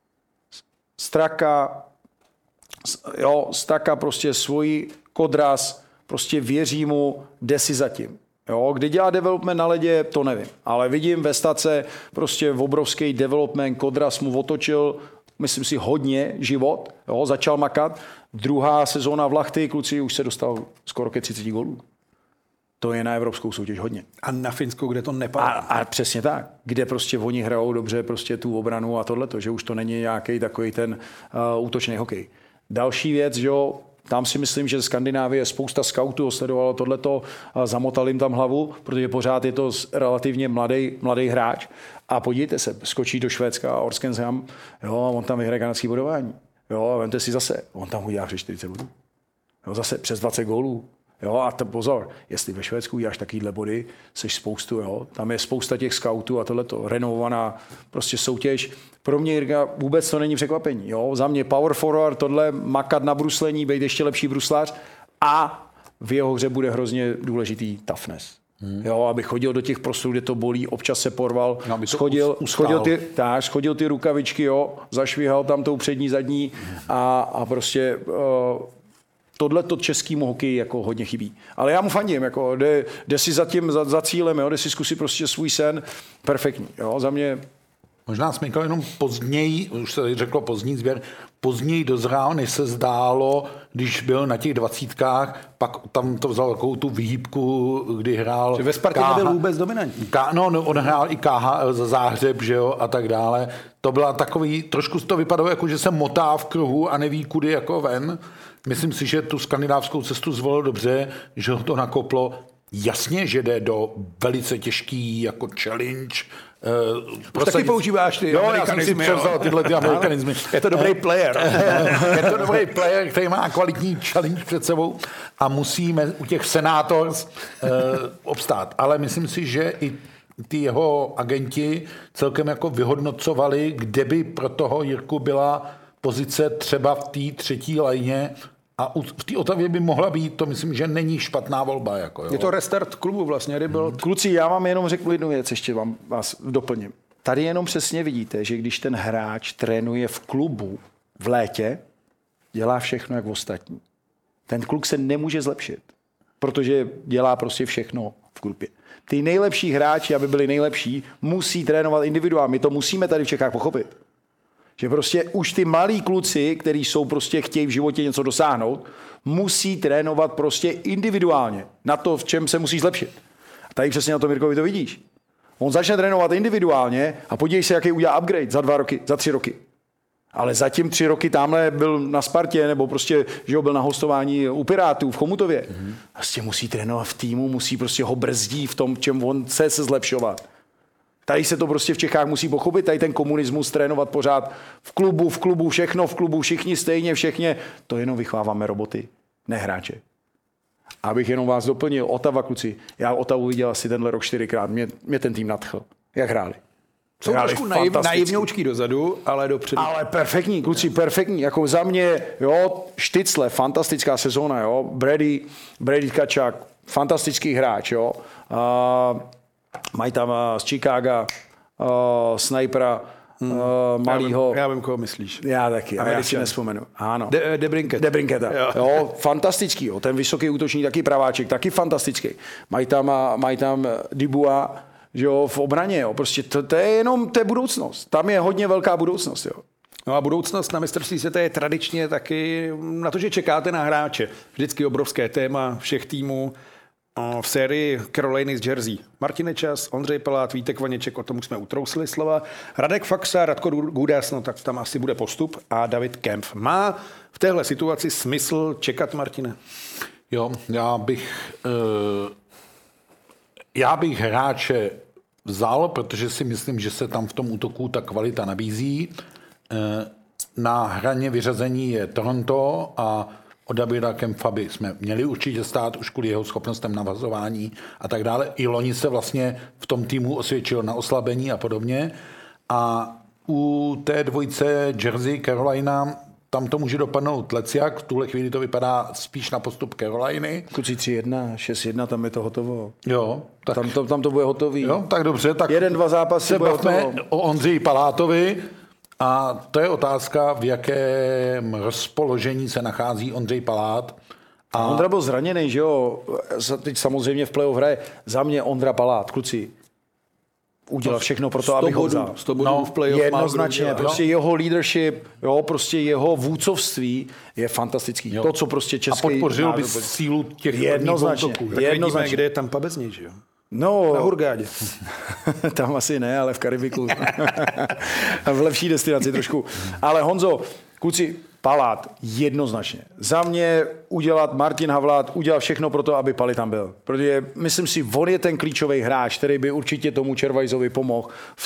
Straka prostě svůj Kodras, prostě věří mu, jde si zatím. Jo, kdy dělá development na ledě, to nevím. Ale vidím ve Stace prostě obrovský development, Kodras mu otočil, myslím si, hodně život, jo, začal makat. Druhá sezóna v Lahti, kluci, už se dostal skoro ke 30 gólů. To je na evropskou soutěž hodně. A na Finsku, kde to nepadá. A přesně tak, kde prostě oni hrajou dobře prostě tu obranu a tohleto, že už to není nějaký takový ten útočný hokej. Další věc, že jo, tam si myslím, že Skandinávie spousta scoutů sledovalo tohleto, zamotal jim tam hlavu, protože pořád je to relativně mladý hráč. A podívejte se, skočí do Švédska a Oskarshamn, jo, a on tam vyhraje kanadský bodování. Jo, a vemte si zase, on tam udělá přes 40 bodů. Jo, zase přes 20 gólů. Jo, a pozor, jestli ve Švédsku uděláš takovýhle body, seš spoustu, jo, tam je spousta těch scoutů a tohleto, renovovaná prostě soutěž. Pro mě, Jirka, vůbec to není překvapení, jo, za mě power forward, tohle, makat na bruslení, být ještě lepší bruslář a v jeho hře bude hrozně důležitý toughness. Jo, aby chodil do těch prostorů, kde to bolí, občas se porval, schodil ty rukavičky, jo, zašvihal tam tou přední, zadní a prostě tohleto českýmu hokeji jako hodně chybí. Ale já mu fandím, jako jde si za cílem, jo, jde si zkusit prostě svůj sen, perfektní, jo, za mě. Možná smykal jenom později, už se řeklo pozdní sběr, později dozrál, než se zdálo, když byl na těch 20, pak tam to vzal takovou tu výhybku, kdy hrál... Že ve Spartě nebyl vůbec dominantní. On hrál i KHL za Záhřeb, že jo, a tak dále. To byla takový, trošku to vypadalo jako, že se motá v kruhu a neví kudy jako ven. Myslím si, že tu skandinávskou cestu zvolil dobře, že ho to nakoplo. Jasně, že jde do velice těžký jako challenge. Taky používáš ty amerikanizmy. Já jsem si převzal tyhle ty amerikanizmy. Je to dobrý player. Je to dobrý player, který má kvalitní challenge před sebou a musíme u těch Senators obstát. Ale myslím si, že i ty jeho agenti celkem jako vyhodnocovali, kde by pro toho Jirku byla pozice třeba v té třetí lajně a v té Otavě by mohla být, to myslím, že není špatná volba. Jako, jo. Je to restart klubu vlastně. Byl... Kluci, já vám jenom řeknu jednu věc, ještě vás doplním. Tady jenom přesně vidíte, že když ten hráč trénuje v klubu v létě, dělá všechno jak ostatní. Ten kluk se nemůže zlepšit, protože dělá prostě všechno v klubě. Ty nejlepší hráči, aby byli nejlepší, musí trénovat individuálně. My to musíme tady v Čechách pochopit. Že prostě už ty malí kluci, kteří jsou prostě chtějí v životě něco dosáhnout, musí trénovat prostě individuálně na to, v čem se musí zlepšit. A tady přesně na tom Mirkovi to vidíš. On začne trénovat individuálně a podívej se, jaký udělá upgrade za 2 roky, za 3 roky. Ale zatím 3 roky tamhle byl na Spartě, nebo prostě, že byl na hostování u Pirátů v Chomutově. Prostě musí trénovat v týmu, musí prostě ho brzdí v tom, čem on chce se zlepšovat. Tady se to prostě v Čechách musí pochopit, tady ten komunismus trénovat pořád v klubu, všechno v klubu, všichni stejně, všechně. To jenom vychováváme roboty, ne hráče. Abych jenom vás doplnil, Otava, kluci. Já Otavu viděl asi tenhle rok 4krát, mě ten tým nadchl. Jak hráli? Jsou trošku naivňoučký dozadu, ale dopředu. Ale perfektní, kluci, perfektní. Jako za mě, jo, Štycle, fantastická sezóna, jo. Brady Tkačák, fantastický hráč, jo. Mají tam z Chicaga snajpera malýho. Já vím, koho myslíš. Já taky, ale já si nespomenu. Ano. Debrinketa. Jo, fantastický. Jo. Ten vysoký útočník, taky praváček, taky fantastický. Mají tam Dibua, že jo, v obraně. Jo. Prostě to je jenom budoucnost. Tam je hodně velká budoucnost. Jo. No a budoucnost na mistrovství světa je tradičně taky na to, že čekáte na hráče. Vždycky obrovské téma všech týmů. v sérii Caroliny z Jersey. Martin Nečas, Ondřej Palát, Vítek Vaněček, o tom už jsme utrousli slova. Radek Faxa, Radko Gudas, no tak tam asi bude postup. A David Kempf. Má v téhle situaci smysl čekat, Martine? Jo, já bych hráče vzal, protože si myslím, že se tam v tom útoku ta kvalita nabízí. Na hraně vyřazení je Toronto a od Davida Kempfa by jsme měli určitě stát už kvůli jeho schopnostem navazování a tak dále. I loni se vlastně v tom týmu osvědčil na oslabení a podobně. A u té dvojce Jersey, Carolina, tam to může dopadnout leciak. V tuhle chvíli to vypadá spíš na postup Caroliny. Kluci 3-1, 6-1, tam je to hotovo. Jo. Tak, tam to bude hotový. Jo, tak dobře. Tak 1-2 zápasy bude hotovo. O Ondřeji Palátovi. A to je otázka, v jakém rozpoložení se nachází Ondřej Palát. A Ondra byl zraněný, že jo? Teď samozřejmě v playoff hraje. Za mě Ondra Palát, kluci, udělal všechno pro to, aby ho vzal. 100 bodů v playoff jednoznačně, prostě jeho leadership, jo, prostě jeho vůdcovství je fantastický. Jo. To, co prostě český... A podpořil by sílu těch jednoznačně. Vidíme, kde je tam bez něj, že jo? No, na Hurgádě. Tam asi ne, ale v Karibiku. V lepší destinaci trošku. Ale Honzo, kluci, Palát jednoznačně. Za mě udělat Martin Havlát, udělat všechno pro to, aby Pali tam byl. Protože myslím si, on je ten klíčový hráč, který by určitě tomu Červajzovi pomohl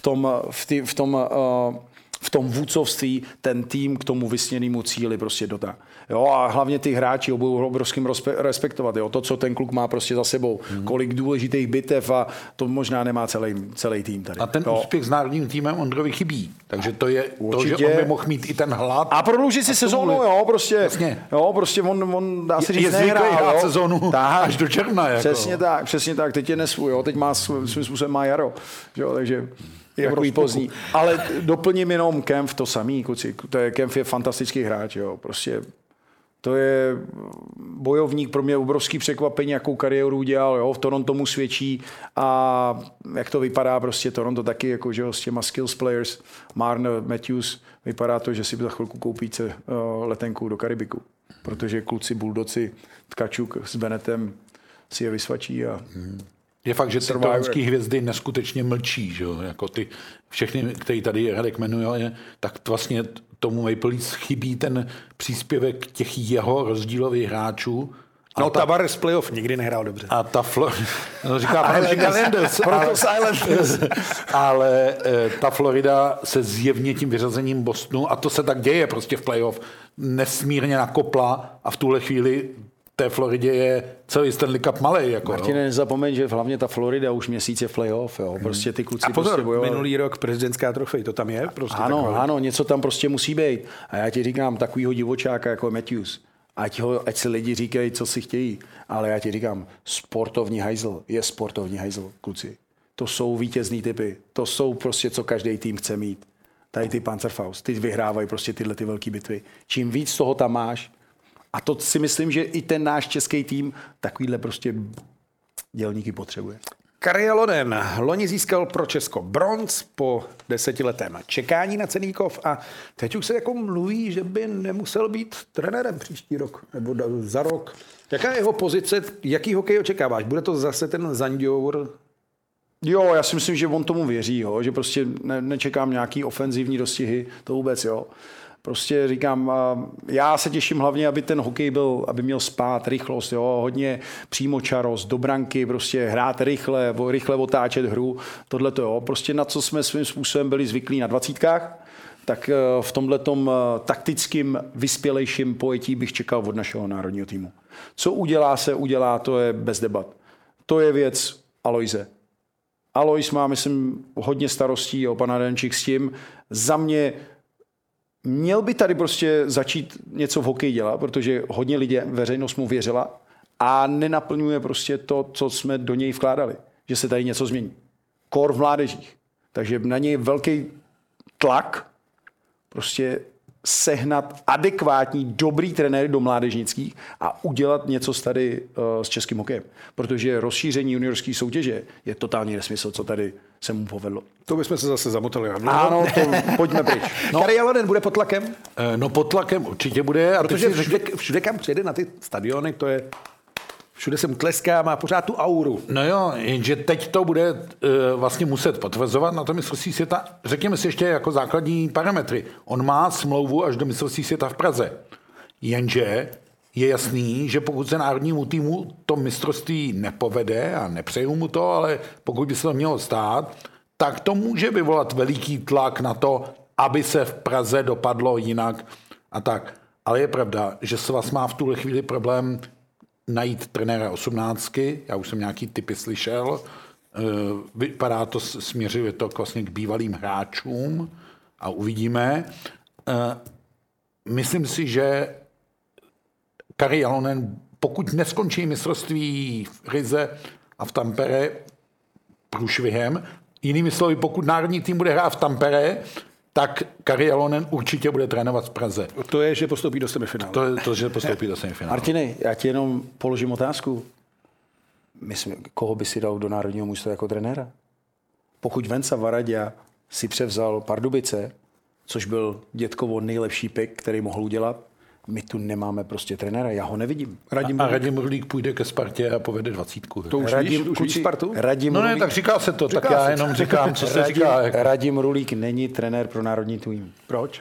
v tom vůdcovství ten tým k tomu vysněnému cíli prostě dotá. Jo, a hlavně ty hráči ho budou obrovským respektovat. Jo. To, co ten kluk má prostě za sebou, kolik důležitých bitev a to možná nemá celý tým tady. A ten úspěch s národním týmem Ondrovi chybí. Takže to je určitě, to, že on by mohl mít i ten hlad. A prodloužit si sezónu, jo, prostě. Jasně. Jo, prostě on dá se říct nehrál sezónu až do června. Jako. Přesně tak, teď je nesvůj, jo, teď má svým způsobem má jaro. Jo, takže je takový pozdní. Ale doplním jenom Kempf to samý, kluci. Kempf je fantastický hráč, jo, prostě. To je bojovník, pro mě obrovský překvapení, jakou kariéru udělal, jo, v Toronto mu svědčí a jak to vypadá prostě Toronto taky, jako, že jo, s těma skills players, Marner, Matthews, vypadá to, že si za chvilku koupíte letenku do Karibiku, protože kluci Bulldoci, Tkačuk s Bennettem si je vysvačí a... Je fakt, že ty toronské hvězdy neskutečně mlčí, že jo, jako ty všechny, který tady Radek jmenuje, tak vlastně tomu Maple Leafs chybí ten příspěvek těch jeho rozdílových hráčů. No, Tavares playoff nikdy nehrál dobře. A ta říká ale ta Florida se zjevně tím vyřazením Bostonu, a to se tak děje prostě v playoff, nesmírně nakopla a v tuhle chvíli té Floridě je celý Stanley Cup malej. Jako, Martine, nezapomeň, že hlavně ta Florida už měsíc je v playoff. Jo. Prostě ty kluci a pozor, prostě minulý rok prezidentská trofej, to tam je? Prostě ano, něco tam prostě musí být. A já ti říkám, takovýho divočáka jako Matthews, ať si lidi říkají, co si chtějí, ale já ti říkám, sportovní hajzl je sportovní hajzl, kluci. To jsou vítězný typy, to jsou prostě, co každý tým chce mít. Tady ty Panzerfaust, ty vyhrávají prostě tyhle ty velké bitvy. Čím víc toho tam máš, a to si myslím, že i ten náš český tým takovýhle prostě dělníky potřebuje. Kari Jalonen loni získal pro Česko bronz po 10letém čekání na Cenýkov a teď už se jako mluví, že by nemusel být trenérem příští rok nebo za rok. Jaká je jeho pozice, jaký hokej očekáváš? Bude to zase ten Zanděur? Jo, já si myslím, že on tomu věří, jo? Že prostě nečekám nějaký ofenzivní dostihy, to vůbec, jo. Prostě říkám, já se těším hlavně, aby ten hokej byl, aby měl spát, rychlost, jo, hodně přímočarost, do branky, prostě hrát rychle otáčet hru, tohleto, jo, prostě na co jsme svým způsobem byli zvyklí na 20, tak v tomhletom taktickým vyspělejším pojetí bych čekal od našeho národního týmu. Co udělá, to je bez debat. To je věc Alojze. Alojz má, myslím, hodně starostí, jo, pan Adenčík s tím. Za mě měl by tady prostě začít něco v hokeji dělat, protože hodně lidí, veřejnost mu věřila a nenaplňuje prostě to, co jsme do něj vkládali, že se tady něco změní. Kor v mládežích. Takže na něj velký tlak prostě sehnat adekvátní, dobrý trenéry do mládežnických a udělat něco tady s českým hokejem. Protože rozšíření juniorské soutěže je totální nesmysl, co tady se mu povedlo. To bychom se zase zamotali. Ano, to pojďme pryč. Kari Jalonen bude pod tlakem? No pod tlakem určitě bude. Protože všude kam přijede na ty stadiony, to je Všude se mu tleská, má pořád tu auru. No jo, jenže teď to bude vlastně muset potvrzovat na to mistrovství světa. Řekněme si ještě jako základní parametry. On má smlouvu až do mistrovství světa v Praze. Jenže je jasný, že pokud se národnímu týmu to mistrovství nepovede, a nepřeju mu to, ale pokud by se to mělo stát, tak to může vyvolat veliký tlak na to, aby se v Praze dopadlo jinak a tak. Ale je pravda, že svaz má v tuhle chvíli problém najít trenéra 18. Já už jsem nějaký typy slyšel. Vypadá to, směřuje to vlastně k bývalým hráčům a uvidíme. Myslím si, že Kari Jalonen, pokud neskončí mistrovství v Rize a v Tampere průšvihem, jinými slovy, pokud národní tým bude hrát v Tampere, tak Kari Jalonen určitě bude trénovat v Praze. To je, že postoupí do semifinále. To, že postoupí do semifinále. Martine, já ti jenom položím otázku. Koho by si dal do národního mužstva jako trenéra? Pokud Venca Varadia si převzal Pardubice, což byl dětkovo nejlepší pick, který mohl udělat, my tu nemáme prostě trenéra, já ho nevidím. Radim Rulík půjde ke Spartě a povede 20. To už víš Spartu? Ne, tak říká se to, tak já jenom říkám, co se říká. Radim Rulík není trenér pro národní tým. Proč?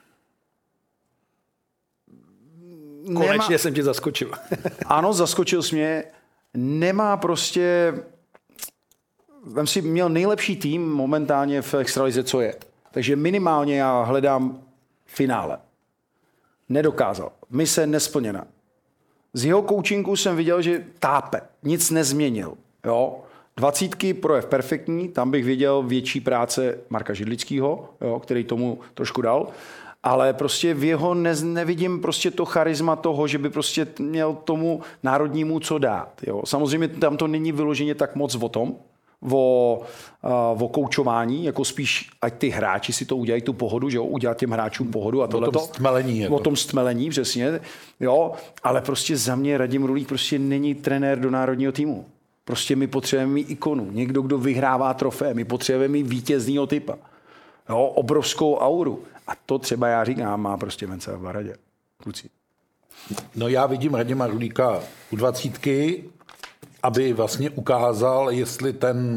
Konečně jsem tě zaskočil. Ano, zaskočil jsi mě. Nemá prostě... Vem si, měl nejlepší tým momentálně v extralize, co je. Takže minimálně já hledám finále. Nedokázal. Mise nesplněna. Z jeho coachingu jsem viděl, že tápe. Nic nezměnil. Jo? 20 projev perfektní, tam bych viděl větší práce Marka Židlického, který tomu trošku dal. Ale prostě v jeho nevidím prostě to charisma toho, že by prostě měl tomu národnímu co dát. Jo? Samozřejmě tam to není vyloženě tak moc o tom, o koučování, jako spíš, ať ty hráči si to udělají tu pohodu, že jo, udělat těm hráčům pohodu a tohleto. O tom stmelení, přesně, jo, ale prostě za mě Radim Rulík prostě není trenér do národního týmu. Prostě my potřebujeme mít ikonu, někdo, kdo vyhrává trofé, my potřebujeme mít vítěznýho typa, jo, obrovskou auru. A to třeba já říkám, má prostě Venca Varadě, kluci. No já vidím Radima Rulíka u 20, aby vlastně ukázal, jestli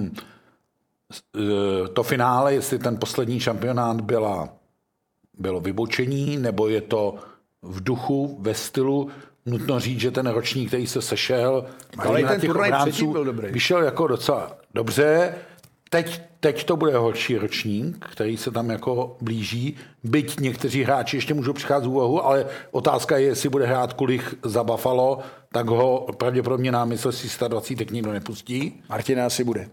to finále, jestli ten poslední šampionát bylo vybočení, nebo je to v duchu, ve stylu. Nutno říct, že ten ročník, který se sešel, ale ten turnaj předtím byl dobrý. Vyšel jako docela dobře. Teď to bude horší ročník, který se tam jako blíží. Byť někteří hráči ještě můžou přicházet z úvahu, ale otázka je, jestli bude hrát Kulich za Buffalo, tak ho pravděpodobně na mistrovství 120 nikdo nepustí. Martina asi bude.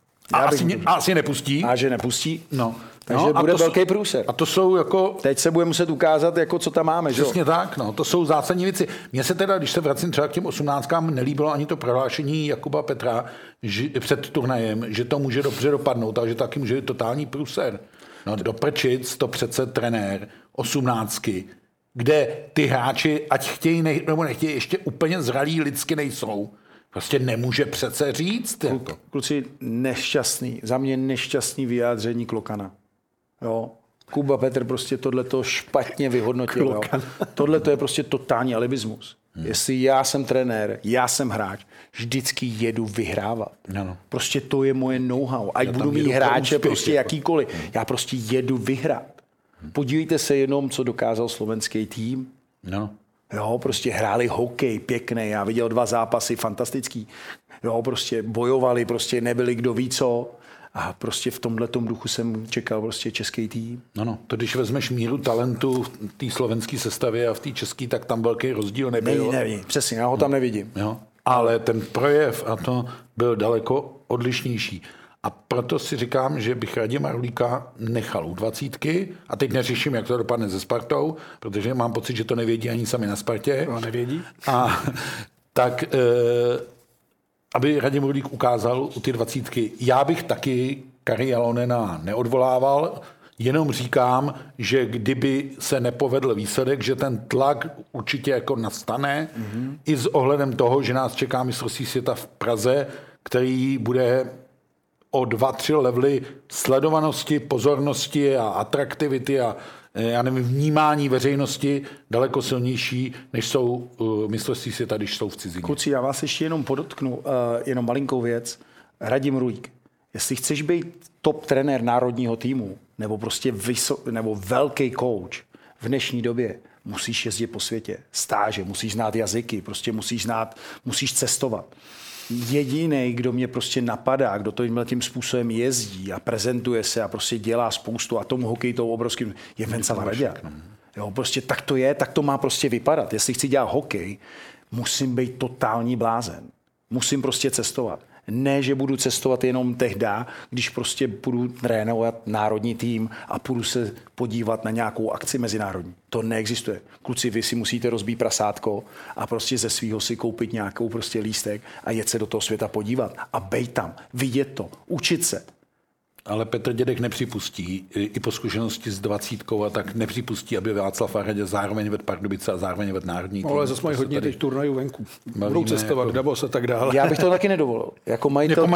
Asi nepustí. A že nepustí? No. Takže bude velký průser. A to jsou jako... Teď se bude muset ukázat, jako co tam máme. Přesně tak, no. To jsou zásadní věci. Mně se teda, když se vracím třeba k těm 18, nelíbilo ani to prohlášení Jakuba Petra před turnajem, že to může dobře dopadnout, takže taky může být totální průser. No do prčic to přece trenér 18, kde ty hráči, ať chtějí nebo nechtějí, ještě úplně zralí lidsky nejsou. Prostě nemůže přece říct. Kluci, nešťastný, za mě nešťastný vyjádření Klokana. Jo. Kuba Petr prostě tohleto špatně vyhodnotil. Tohleto je prostě totální alibismus. Jestli já jsem trenér, já jsem hráč, vždycky jedu vyhrávat. Ano. Prostě to je moje know-how. Ať budu mít hráče prostě jakýkoliv. Já prostě jedu vyhrát. Podívejte se jenom, co dokázal slovenský tým. No. Jo, prostě hráli hokej pěkný, já viděl 2 zápasy, fantastický. Jo, prostě bojovali, prostě nebyli kdo ví co. A prostě v tomhletom duchu jsem čekal prostě český tým. No, to když vezmeš míru talentu v té slovenské sestavě a v té české, tak tam velký rozdíl nebyl. Není, přesně, já ho tam nevidím. Jo, ale ten projev a to byl daleko odlišnější. A proto si říkám, že bych Radima Rulíka nechal u 20. A teď neřeším, jak to dopadne se Spartou, protože mám pocit, že to nevědí ani sami na Spartě. No, nevědí. A tak, aby Radim Rulík ukázal u ty 20. Já bych taky Kari Jalonena neodvolával, jenom říkám, že kdyby se nepovedl výsledek, že ten tlak určitě jako nastane, i s ohledem toho, že nás čeká mistrovství světa v Praze, který bude o 2-3 levely sledovanosti, pozornosti a atraktivity a já nevím, vnímání veřejnosti daleko silnější, než jsou mistrovství světa, když jsou v cizině. Kluci, já vás ještě jenom podotknu, jenom malinkou věc. Radim Ruík, jestli chceš být top trenér národního týmu, nebo prostě nebo velký coach v dnešní době, musíš jezdit po světě, stáže, musíš znát jazyky, prostě musíš cestovat. Jediný, kdo mě prostě napadá, kdo tím způsobem jezdí a prezentuje se a prostě dělá spoustu a tomu hokeji to obrovským, je Venca Varadě. Jo, prostě tak to je, tak to má prostě vypadat. Jestli chci dělat hokej, musím být totální blázen. Musím prostě cestovat. Ne, že budu cestovat jenom tehda, když prostě půjdu trénovat národní tým a půjdu se podívat na nějakou akci mezinárodní. To neexistuje. Kluci, vy si musíte rozbít prasátko a prostě ze svýho si koupit nějakou prostě lístek a jet se do toho světa podívat a bejt tam, vidět to, učit se. Ale Petr Dědek nepřipustí, i po zkušenosti s 20, a tak nepřipustí, aby Václav Varadě zároveň vedl Pardubice a zároveň vedl národní tým. Ale zase mají hodně těch turnajů venku. Budou cestovat, Davos a tak dále. Já bych to taky nedovolil. Jako majitel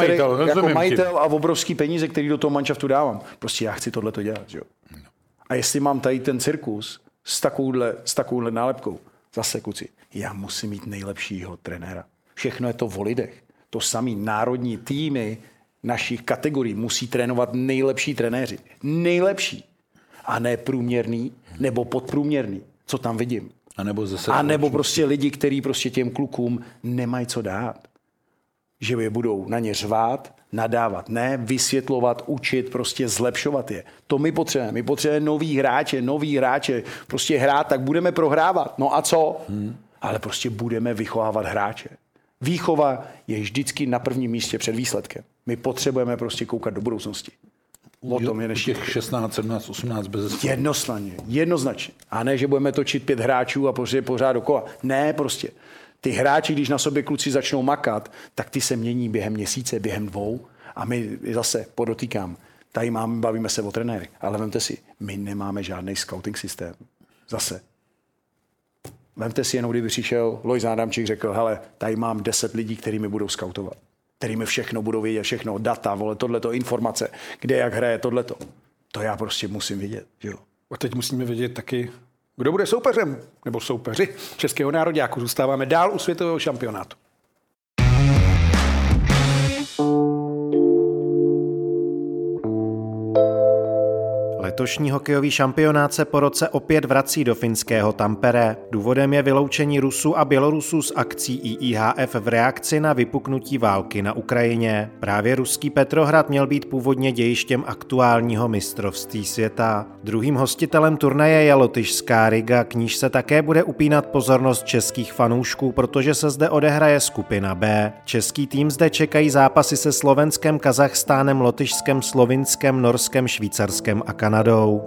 a obrovský peníze, který do toho manšaftu dávám. Prostě já chci tohleto dělat. Jo? A jestli mám tady ten cirkus s takovouhle nálepkou, zase kluci, já musím mít nejlepšího trenéra. Všechno je to o lidech. To samý národní týmy našich kategorií musí trénovat nejlepší trenéři. Nejlepší. A ne průměrný nebo podprůměrný. Co tam vidím. A nebo prostě lidi, kteří prostě těm klukům nemají co dát. Že je budou na ně řvát, nadávat. Ne, vysvětlovat, učit, prostě zlepšovat je. To my potřebujeme. My potřebujeme nový hráče. Prostě hrát, tak budeme prohrávat. No a co? Ale prostě budeme vychovávat hráče. Výchova je vždycky na prvním místě před výsledkem. My potřebujeme prostě koukat do budoucnosti. O tom je než těch 16, 17, 18 bez jednoznačně. A ne, že budeme točit 5 hráčů a pořád dokola. Ne, prostě. Ty hráči, když na sobě kluci začnou makat, tak ty se mění během měsíce, během 2. A my zase podotýkám, tady bavíme se o trenérech, ale vemte si, my nemáme žádný scouting systém. Zase. Vemte si jenom, kdyby přišel Lojz Adamčík, řekl, hele, tady mám 10 lidí, kteří mi budou skautovat. Který mi všechno budou vědět, všechno, data, tohleto, informace, kde jak hraje, tohleto. To já prostě musím vidět. Jo. A teď musíme vědět taky, kdo bude soupeřem, nebo soupeři českého nároďáku. Zůstáváme dál u světového šampionátu. Letošní hokejový šampionát se po roce opět vrací do finského Tampere. Důvodem je vyloučení Rusů a Bělorusů z akcí IIHF v reakci na vypuknutí války na Ukrajině. Právě ruský Petrohrad měl být původně dějištěm aktuálního mistrovství světa. Druhým hostitelem turnaje je lotyšská Riga, k níž se také bude upínat pozornost českých fanoušků, protože se zde odehraje skupina B. Český tým zde čekají zápasy se Slovenskem, Kazachstánem, Lotyšskem, Slovinskem, Norskem, Švýcarskem a Kanadou.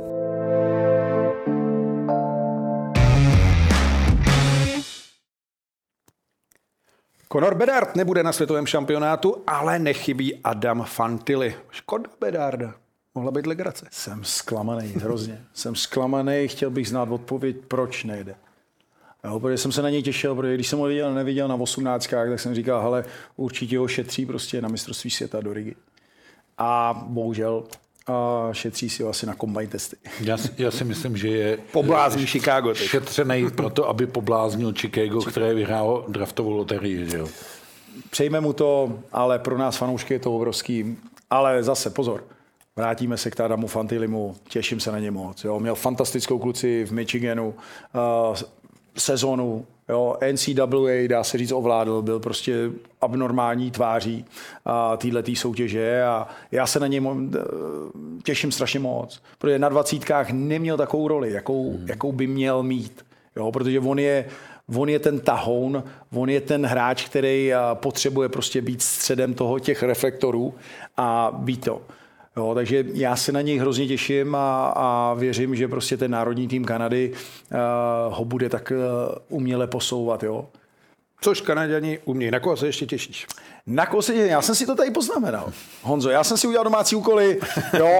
Conor Bedard nebude na světovém šampionátu, ale nechybí Adam Fantilli. Škoda Bedarda. Mohla být legrace. Jsem zklamaný, hrozně. Jsem zklamaný, chtěl bych znát odpověď, proč nejde. Jo, protože jsem se na něj těšil, protože když jsem ho neviděl na 18, tak jsem říkal, hele, určitě ho šetří prostě na mistrovství světa do Rigy. A bohužel šetří si ho asi na combine testy. Já si myslím, že je poblázní Chicago teď. Šetřenej proto, aby pobláznil Chicago, které vyhrálo draftovou loterii. Že jo? Přejme mu to, ale pro nás fanoušky je to obrovský. Ale zase pozor, vrátíme se k Adamu Fantillimu, těším se na ně moc. Jo? Měl fantastickou kluci v Michiganu, sezonu, jo? NCAA, dá se říct, ovládl, byl prostě abnormální tváří téhletý soutěže a já se na něj těším strašně moc, protože na 20 neměl takovou roli, jakou by měl mít, jo? Protože on je ten tahoun, on je ten hráč, který potřebuje prostě být středem těch reflektorů a být to. Jo, takže já se na něj hrozně těším a věřím, že prostě ten národní tým Kanady ho bude tak uměle posouvat. Jo. Což Kanaďani umějí. Na koho se ještě těšíš? Na koho se těším? Já jsem si to tady poznamenal. Honzo, já jsem si udělal domácí úkoly. Jo,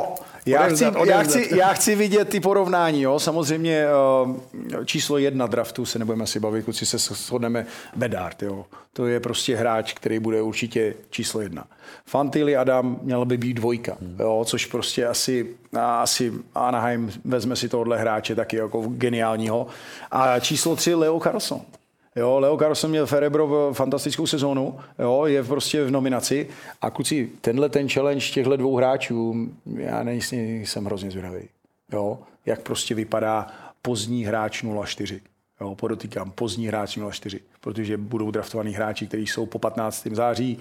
Já chci vidět ty porovnání, jo. Samozřejmě číslo 1 draftu se nebudeme si bavit, kluci se shodneme, Bedard, jo. To je prostě hráč, který bude určitě číslo 1. Fantilli Adam měl by být 2, jo, což prostě asi Anaheim vezme si tohohle hráče taky jako geniálního. A číslo 3 Leo Carlsson. Jo, Leo Carlsson měl Ferebro fantastickou sezónu, jo, je prostě v nominaci a kluci, ten challenge těchto 2 hráčů, já jsem hrozně zvědavý. Jo, jak prostě vypadá pozdní hráč 04. Jo, podotýkám, pozdní hráč 04, protože budou draftovaní hráči, kteří jsou po 15. září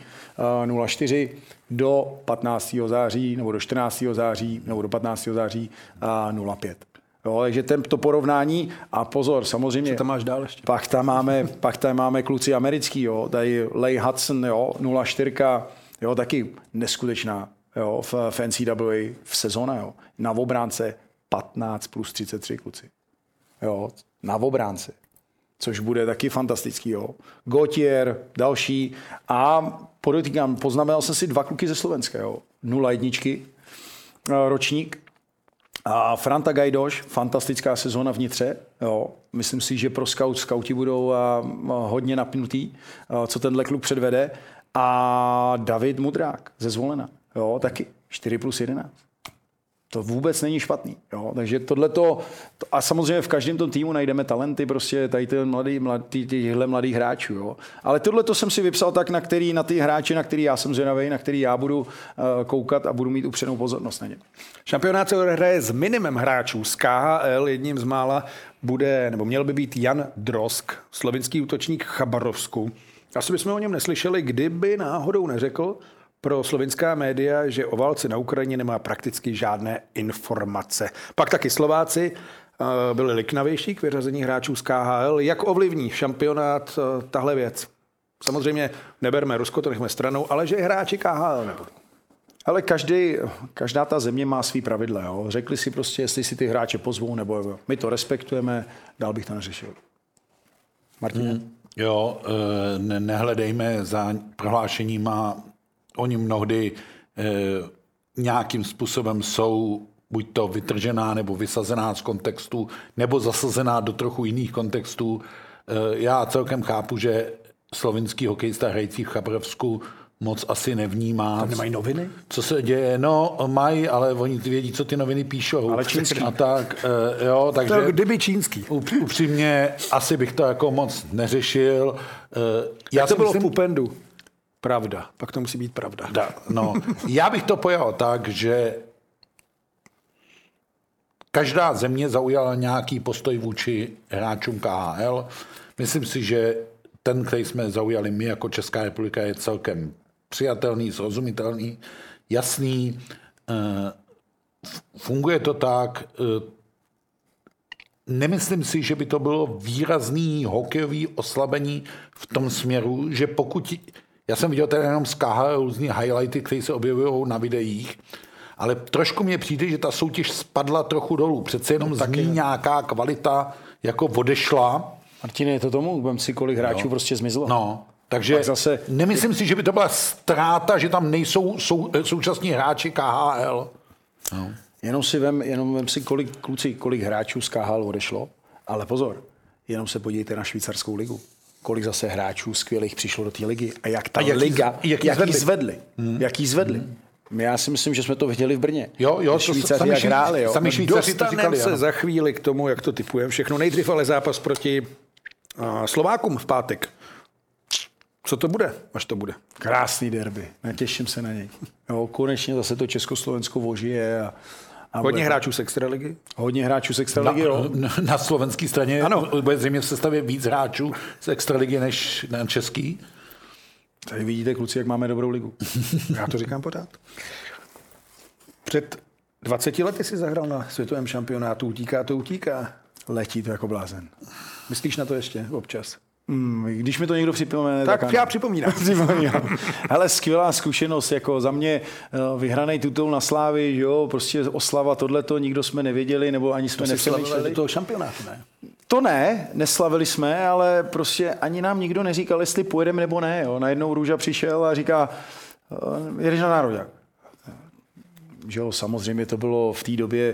04 do 15. září nebo do 14. září nebo do 15. září 05. Jo, takže to porovnání a pozor, samozřejmě. Co tam máš dál ještě? Pak tam máme kluci americký, jo, tady Lay Hudson, jo, 04, jo, taky neskutečná, jo, v NCAA v sezóna, jo, na obránce 15 plus 33 kluci, jo, na obránce, což bude taky fantastický, jo. Gautier, další a podotýkám, poznamenal jsem si 2 kluky ze Slovenska, jo, 01 ročník. A Franta Gajdoš, fantastická sezóna vnitře. Jo. Myslím si, že pro skauti budou hodně napnutý, co tenhle klub předvede. A David Mudrák ze Zvolena. Jo, taky 4+11. To vůbec není špatný. Jo. Takže tohleto, a samozřejmě v každém tom týmu najdeme talenty, prostě tady tyhle mladých hráčů. Jo. Ale tohleto jsem si vypsal tak, na ty hráče, na který já jsem zvědavý, na který já budu koukat a budu mít upřenou pozornost na ně. Šampionát se odehraje s minimem hráčů z KHL, jedním z mála měl by být Jan Drosk, slovinský útočník Chabarovsku. Asi bychom o něm neslyšeli, kdyby náhodou neřekl pro slovinská média, že o válce na Ukrajině nemá prakticky žádné informace. Pak taky Slováci byli liknavější k vyřazení hráčů z KHL. Jak ovlivní šampionát tahle věc? Samozřejmě neberme Rusko, to nechme stranou, ale že hráči KHL nebudou. Ale každá ta země má svý pravidla. Jo. Řekli si prostě, jestli si ty hráče pozvou, nebo my to respektujeme, dál bych to neřešil. Martine? Jo, nehledejme za prohlášeníma. Oni mnohdy nějakým způsobem jsou buď to vytržená nebo vysazená z kontextu, nebo zasazená do trochu jiných kontextů. Já celkem chápu, že slovinský hokejista hrající v Chabarovsku moc asi nevnímá. Tam nemají noviny? Co se děje? No, mají, ale oni vědí, co ty noviny píšou. Ale čínský. A tak, jo, takže... To kdyby čínský. Upřímně, asi bych to jako moc neřešil. Jak to bylo v Pupendu? Pravda. Pak to musí být pravda. No, já bych to pojal tak, že každá země zaujala nějaký postoj vůči hráčům KHL. Myslím si, že ten, který jsme zaujali my jako Česká republika, je celkem přijatelný, srozumitelný, jasný. Funguje to tak. Nemyslím si, že by to bylo výrazný hokejový oslabení v tom směru, že pokud... Já jsem viděl tady jenom z KHL různý highlighty, které se objevují na videích, ale trošku mně přijde, že ta soutěž spadla trochu dolů. Přece jenom z ní nějaká kvalita jako odešla. Martine, je to tomu? Vem si, kolik hráčů prostě zmizlo. No, takže zase... nemyslím si, že by to byla ztráta, že tam nejsou současní hráči KHL. No. Jenom vem si, kolik hráčů z KHL odešlo, ale pozor, jenom se podívejte na švýcarskou ligu. Kolik zase hráčů skvělých přišlo do té ligy a jak ta liga, jak ji zvedli. Já si myslím, že jsme to viděli v Brně. Jo, Švýcaři jak hráli. Jo. Dostaneme se za chvíli k tomu, jak to tipujeme všechno. Nejdřív ale zápas proti Slovákům v pátek. Co to bude, až to bude? Krásný derby. Netěším se na něj. Jo, konečně zase to Československo vožije. Hodně hráčů z extraligy? Hodně hráčů z extraligy, jo. Na slovenské straně bude zřejmě v sestavě víc hráčů z extraligy než na český. Tady vidíte, kluci, jak máme dobrou ligu. Já to říkám pořád. Před 20 lety si zahrál na světovém šampionátu. Utíká. Letí to jako blázen. Myslíš na to ještě občas? Když mi to někdo připomene, tak já připomínám. Hele, skvělá zkušenost, jako za mě vyhranej titul na Slávy, jo, prostě oslava tohleto, nikdo jsme nevěděli, nebo ani jsme nepřemýšleli. Do toho šampionátu, ne? To ne, neslavili jsme, ale prostě ani nám nikdo neříkal, jestli pojedeme nebo ne. Jo. Najednou Růža přišel a říká, jedeš na nároďák. že jo, samozřejmě to bylo v té době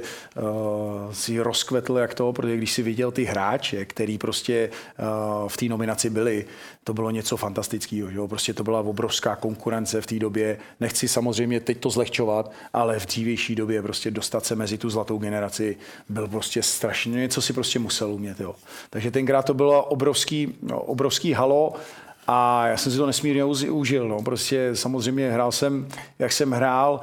si rozkvetl jak to, protože když si viděl ty hráče, který prostě v té nominaci byli, to bylo něco fantastického, že jo, prostě to byla obrovská konkurence v té době. Nechci samozřejmě teď to zlehčovat, ale v dřívější době prostě dostat se mezi tu zlatou generaci byl prostě strašně, něco si prostě musel umět, jo. Takže tenkrát to bylo obrovský halo a já jsem si to nesmírně užil, no. Prostě samozřejmě hrál jsem, jak jsem hrál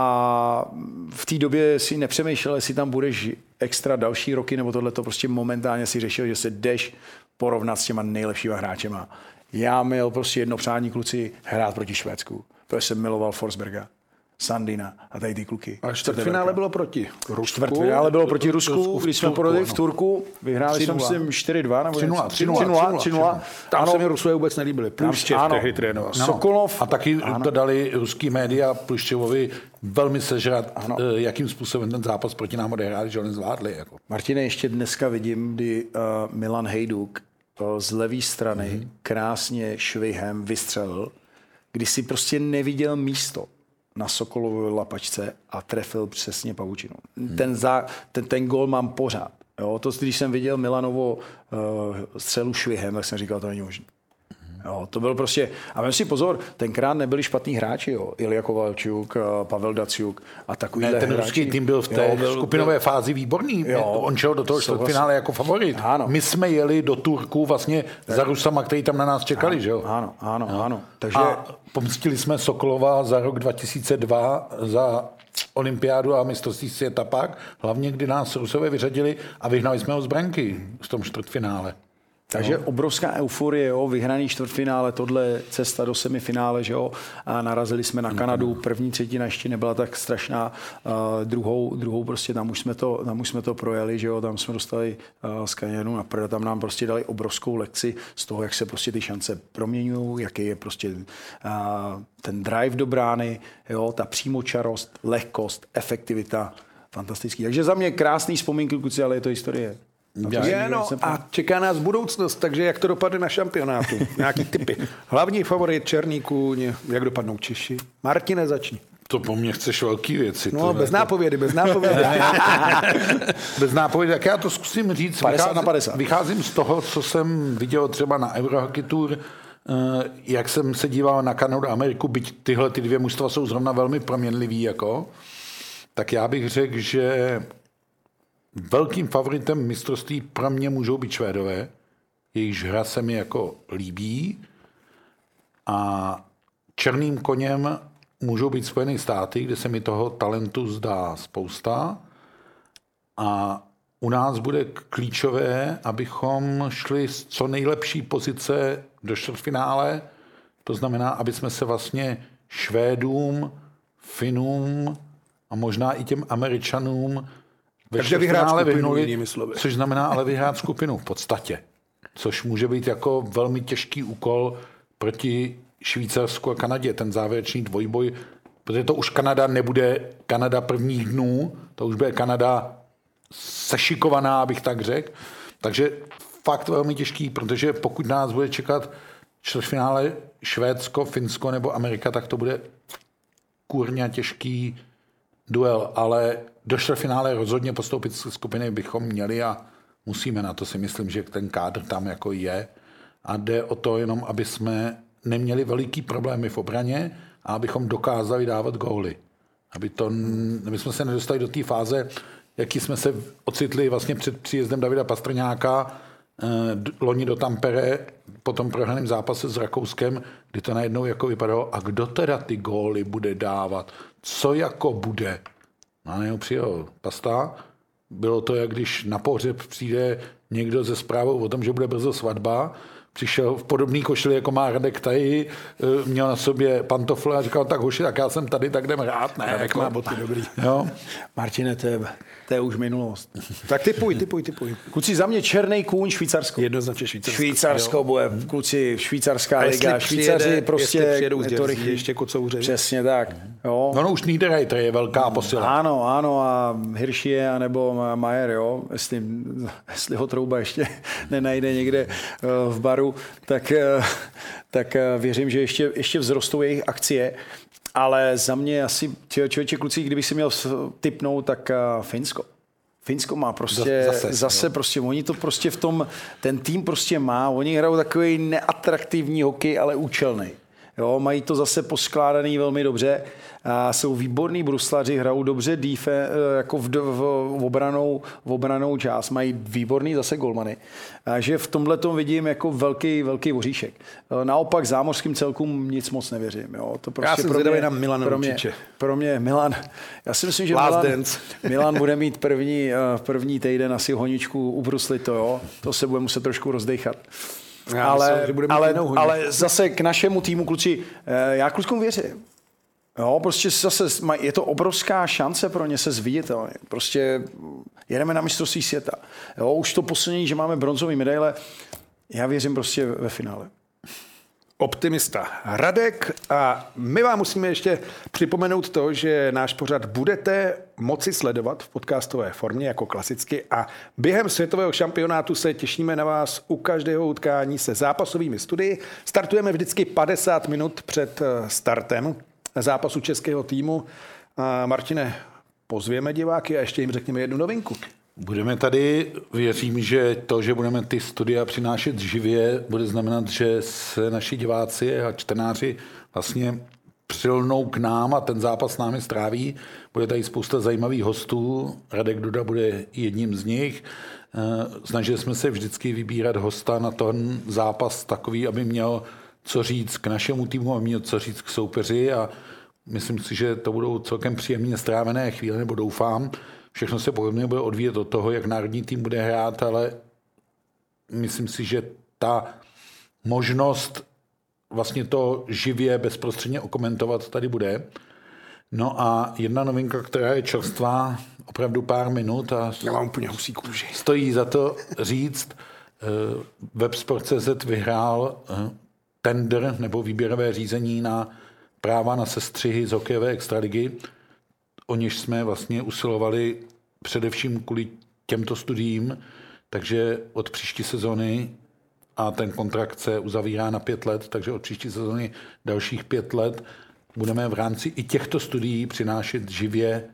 a v té době si nepřemýšlel, jestli tam budeš extra další roky nebo tohle, to prostě momentálně si řešil, že se jdeš porovnat s těma nejlepšíma hráčema. Já měl prostě jedno přání, kluci, hrát proti Švédsku, protože jsem miloval Forsberga, Sandina a tady ty kluky. A čtvrtfinále bylo proti Rusku. Čtvrtfinále bylo proti Rusku, když jsme porodili v Turku. Vyhráli jsme, myslím, 4-2 nebo 3-0. Tam se mi Rusové vůbec nelíbili. Pluščev tehdy trénoval. Sokolov. A taky dodali ruský média Pluščevovi velmi sežrat, jakým způsobem ten zápas proti nám odehráli, že ho nezvládli. Jako. Martine, ještě dneska vidím, kdy Milan Hejduk z levé strany krásně švihem vystřelil, kdy si prostě neviděl místo na Sokolově lapačce a trefil přesně pavučinu. Ten gól mám pořád. Jo, to, když jsem viděl Milanovo střelu švihem, tak jsem říkal, to není možné. Jo, to byl prostě, a vem si pozor, tenkrát nebyli špatní hráči, jo. Ilja Kovalčuk, Pavel Daciuk a takovýhle hráči. Ten ruský tým byl v té skupinové fázi výborný. Jo, on šel do toho čtvrtfinále jako favorit. Ano. My jsme jeli do Turku vlastně za Rusama, kteří tam na nás čekali, že jo? Ano. Takže... A pomstili jsme Sokolova za rok 2002 za olympiádu a mistrovství světa pak, hlavně kdy nás Rusové vyřadili a vyhnali jsme ho z branky v tom čtvrtfinále. Takže obrovská euforie, jo, vyhraný čtvrtfinále, tohle cesta do semifinále, že jo, a narazili jsme na Kanadu, první třetina ještě nebyla tak strašná, druhou prostě tam už jsme to projeli, že jo, tam jsme dostali z Kaněnu na prd, tam nám prostě dali obrovskou lekci z toho, jak se prostě ty šance proměňují, jaký je prostě ten drive do brány, jo, ta přímočarost, lehkost, efektivita, fantastický. Takže za mě krásný vzpomínky, kluci, ale je to historie. A čeká nás budoucnost, takže jak to dopadne na šampionátu? Nějaký tipy. Hlavní favorit Černý kůň, jak dopadnou Češi? Martine, začni. To po mně chceš velký věci. No, bez nápovědy. Bez nápovědy, tak já to zkusím říct. 50/50. Vycházím z toho, co jsem viděl třeba na Eurohockey Tour, jak jsem se díval na Kanadu a Ameriku, byť tyhle ty dvě mužstva jsou zrovna velmi proměnlivý, jako, tak já bych řekl, že velkým favoritem mistrovství pro mě můžou být Švédové, jejichž hra se mi jako líbí, a černým koněm můžou být Spojené státy, kde se mi toho talentu zdá spousta, a u nás bude klíčové, abychom šli z co nejlepší pozice do čtvrtfinále, to znamená, aby jsme se vlastně Švédům, Finům a možná i těm Američanům takže vyhrát skupinu, jinými slovy. Což znamená ale vyhrát skupinu v podstatě. Což může být jako velmi těžký úkol proti Švýcarsku a Kanadě, ten závěrečný dvojboj, protože to už Kanada nebude Kanada prvních dnů, to už bude Kanada sešikovaná, abych tak řekl. Takže fakt velmi těžký, protože pokud nás bude čekat čtvrtfinále Švédsko, Finsko nebo Amerika, tak to bude kurňa těžký duel, ale do čtvrtfinále rozhodně postoupit z skupiny bychom měli a musíme, na to si myslím, že ten kádr tam jako je, a jde o to jenom, aby jsme neměli veliký problémy v obraně a abychom dokázali dávat góly. Aby jsme se nedostali do té fáze, jaký jsme se ocitli vlastně před příjezdem Davida Pastrňáka loni do Tampere po tom prohraném zápase s Rakouskem, kdy to najednou jako vypadalo, a kdo teda ty góly bude dávat? Co jako bude? No, najednou přijel Pasta. Bylo to, jak když na pohřeb přijde někdo se zprávou o tom, že bude brzo svatba. Přišel v podobný košili, jako má Radek tady, měl na sobě pantofle a říkal, tak hoši, tak já jsem tady, tak jdem hrát. Ne, Radek má boty dobrý. Jo. Martine, to je už minulost. Tak typuj. Kluci, za mě Černý kůň, Švýcarsko. Jednoznačně Švýcarsko. Švýcarsko bude, kluci, švýcarská liga. Švýcaři prostě přijedou z ještě Kocouře. Přesně tak. Jo. No už Niederreiter je velká posila. Ano, a Hirschier nebo Mayer, jo, jestli ho Trouba ještě nenajde někde v baru, tak věřím, že ještě vzrostou jejich akcie, ale za mě asi, člověče kluci, kdybych si měl tipnout, tak Finsko. Finsko má prostě zase prostě, oni to prostě v tom, ten tým prostě má, oni hrajou takový neatraktivní hokej, ale účelný. Jo, mají to zase poskládaný velmi dobře. A jsou výborní bruslaři, hrajou dobře jako v obranou část. Mají výborný zase golmany. Takže v tomhletom vidím jako velký oříšek. Naopak zámořským celkům nic moc nevěřím. Jo. To prostě já jsem zvědavý na Milana určitě. Pro mě Milan, já si myslím, že Milan bude mít první týden asi honičku ubruslit to, jo. To se bude muset trošku rozdechat. Ale zase k našemu týmu, kluci, já kluskům věřím. Jo, prostě zase je to obrovská šance pro ně se zviditelnit. Prostě jedeme na mistrovství světa. Jo, už to poslední, že máme bronzový medaile, já věřím prostě ve finále. Optimista Radek a my vám musíme ještě připomenout to, že náš pořad budete moci sledovat v podcastové formě jako klasicky a během světového šampionátu se těšíme na vás u každého utkání se zápasovými studii. Startujeme vždycky 50 minut před startem zápasu českého týmu. Martine, pozvěme diváky a ještě jim řekněme jednu novinku. Budeme tady, věřím, že to, že budeme ty studia přinášet živě, bude znamenat, že se naši diváci a čtenáři vlastně přilnou k nám a ten zápas s námi stráví. Bude tady spousta zajímavých hostů. Radek Duda bude jedním z nich. Snažili jsme se vždycky vybírat hosta na ten zápas takový, aby měl co říct k našemu týmu a měl co říct k soupeři a myslím si, že to budou celkem příjemně strávené chvíle, nebo doufám. Všechno se podobně bude odvíjet od toho, jak národní tým bude hrát, ale myslím si, že ta možnost vlastně to živě, bezprostředně okomentovat tady bude. No a jedna novinka, která je čerstvá, opravdu pár minut a já mám úplně husí kůži. Stojí za to říct, Websport.cz vyhrál tender nebo výběrové řízení na práva na sestřihy z hokejové extraligy, o něž jsme vlastně usilovali především kvůli těmto studiím, takže od příští sezony, a ten kontrakt se uzavírá na 5 let, takže od příští sezony dalších 5 let budeme v rámci i těchto studií přinášet živě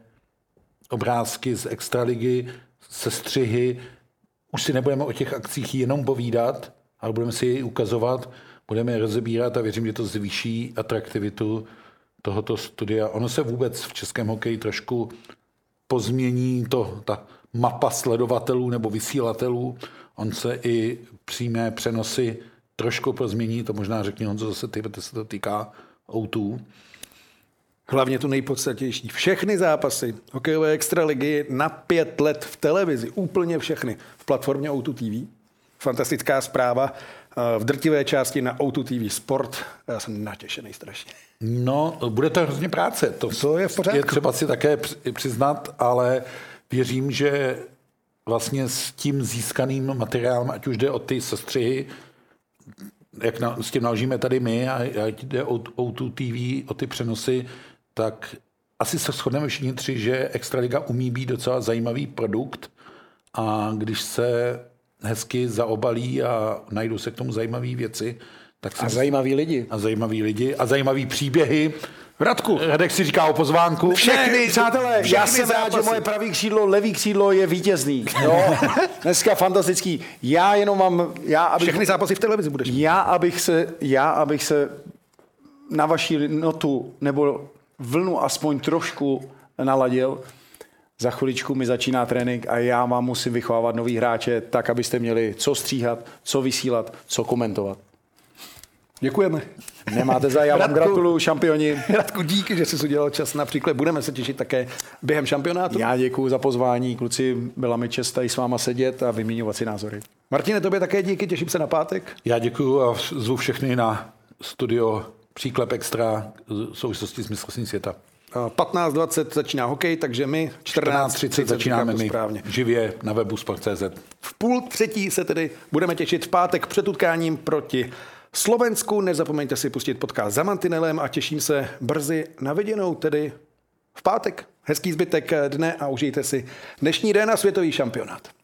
obrázky z extraligy, sestřihy. Už si nebudeme o těch akcích jenom povídat, ale budeme si je ukazovat, budeme je rozebírat a věřím, že to zvýší atraktivitu tohoto studia. Ono se vůbec v českém hokeji trošku pozmění ta mapa sledovatelů nebo vysílatelů. On se i přímé přenosy trošku pozmění, to možná řekni Honzo, zase se to týká O2. Hlavně to nejpodstatnější. Všechny zápasy hokejové extraligy na 5 let v televizi, úplně všechny, v platformě O2 TV. Fantastická zpráva. V drtivé části na O2 TV Sport. Já jsem natěšený strašně. No, bude to hrozně práce. To je v pořádku. Je třeba si také přiznat, ale věřím, že vlastně s tím získaným materiálem, ať už jde o ty sestřihy, jak s tím naložíme tady my a jde o O2 TV, o ty přenosy, tak asi se shodneme všichni tři, že Extraliga umí být docela zajímavý produkt a když se hezky zaobalí a najdou se k tomu zajímavé věci. A zajímaví lidi. A zajímaví lidi. A zajímaví příběhy. Radku. Radek si říká o pozvánku. Všechny, přátelé, já jsem rád, že moje pravý křídlo, levý křídlo je vítězný. Jo? Dneska fantastický. Já jenom mám... Všechny zápasy v televizi budeš mít. Já, abych se na vaši notu nebo vlnu aspoň trošku naladil, za chviličku mi začíná trénink a já vám musím vychovávat nový hráče tak, abyste měli co stříhat, co vysílat, co komentovat. Děkujeme. Nemáte za, já vám gratuluju, šampioni. Radku, díky, že jsi udělal čas na příklad. Budeme se těšit také během šampionátu. Já děkuju za pozvání, kluci, byla mi čest tady s váma sedět a vyměňovat si názory. Martine, tobě také díky, těším se na pátek. Já děkuju a zvu všechny na studio Příklep Extra v souvislosti s mistrovstvím světa. 15:20 začíná hokej, takže my 14:30 začínáme my živě na webu Sport.cz. V 2:30 se tedy budeme těšit v pátek před utkáním proti Slovensku. Nezapomeňte si pustit podcast Za mantinelem a těším se brzy na viděnou, tedy v pátek. Hezký zbytek dne a užijte si dnešní den a světový šampionát.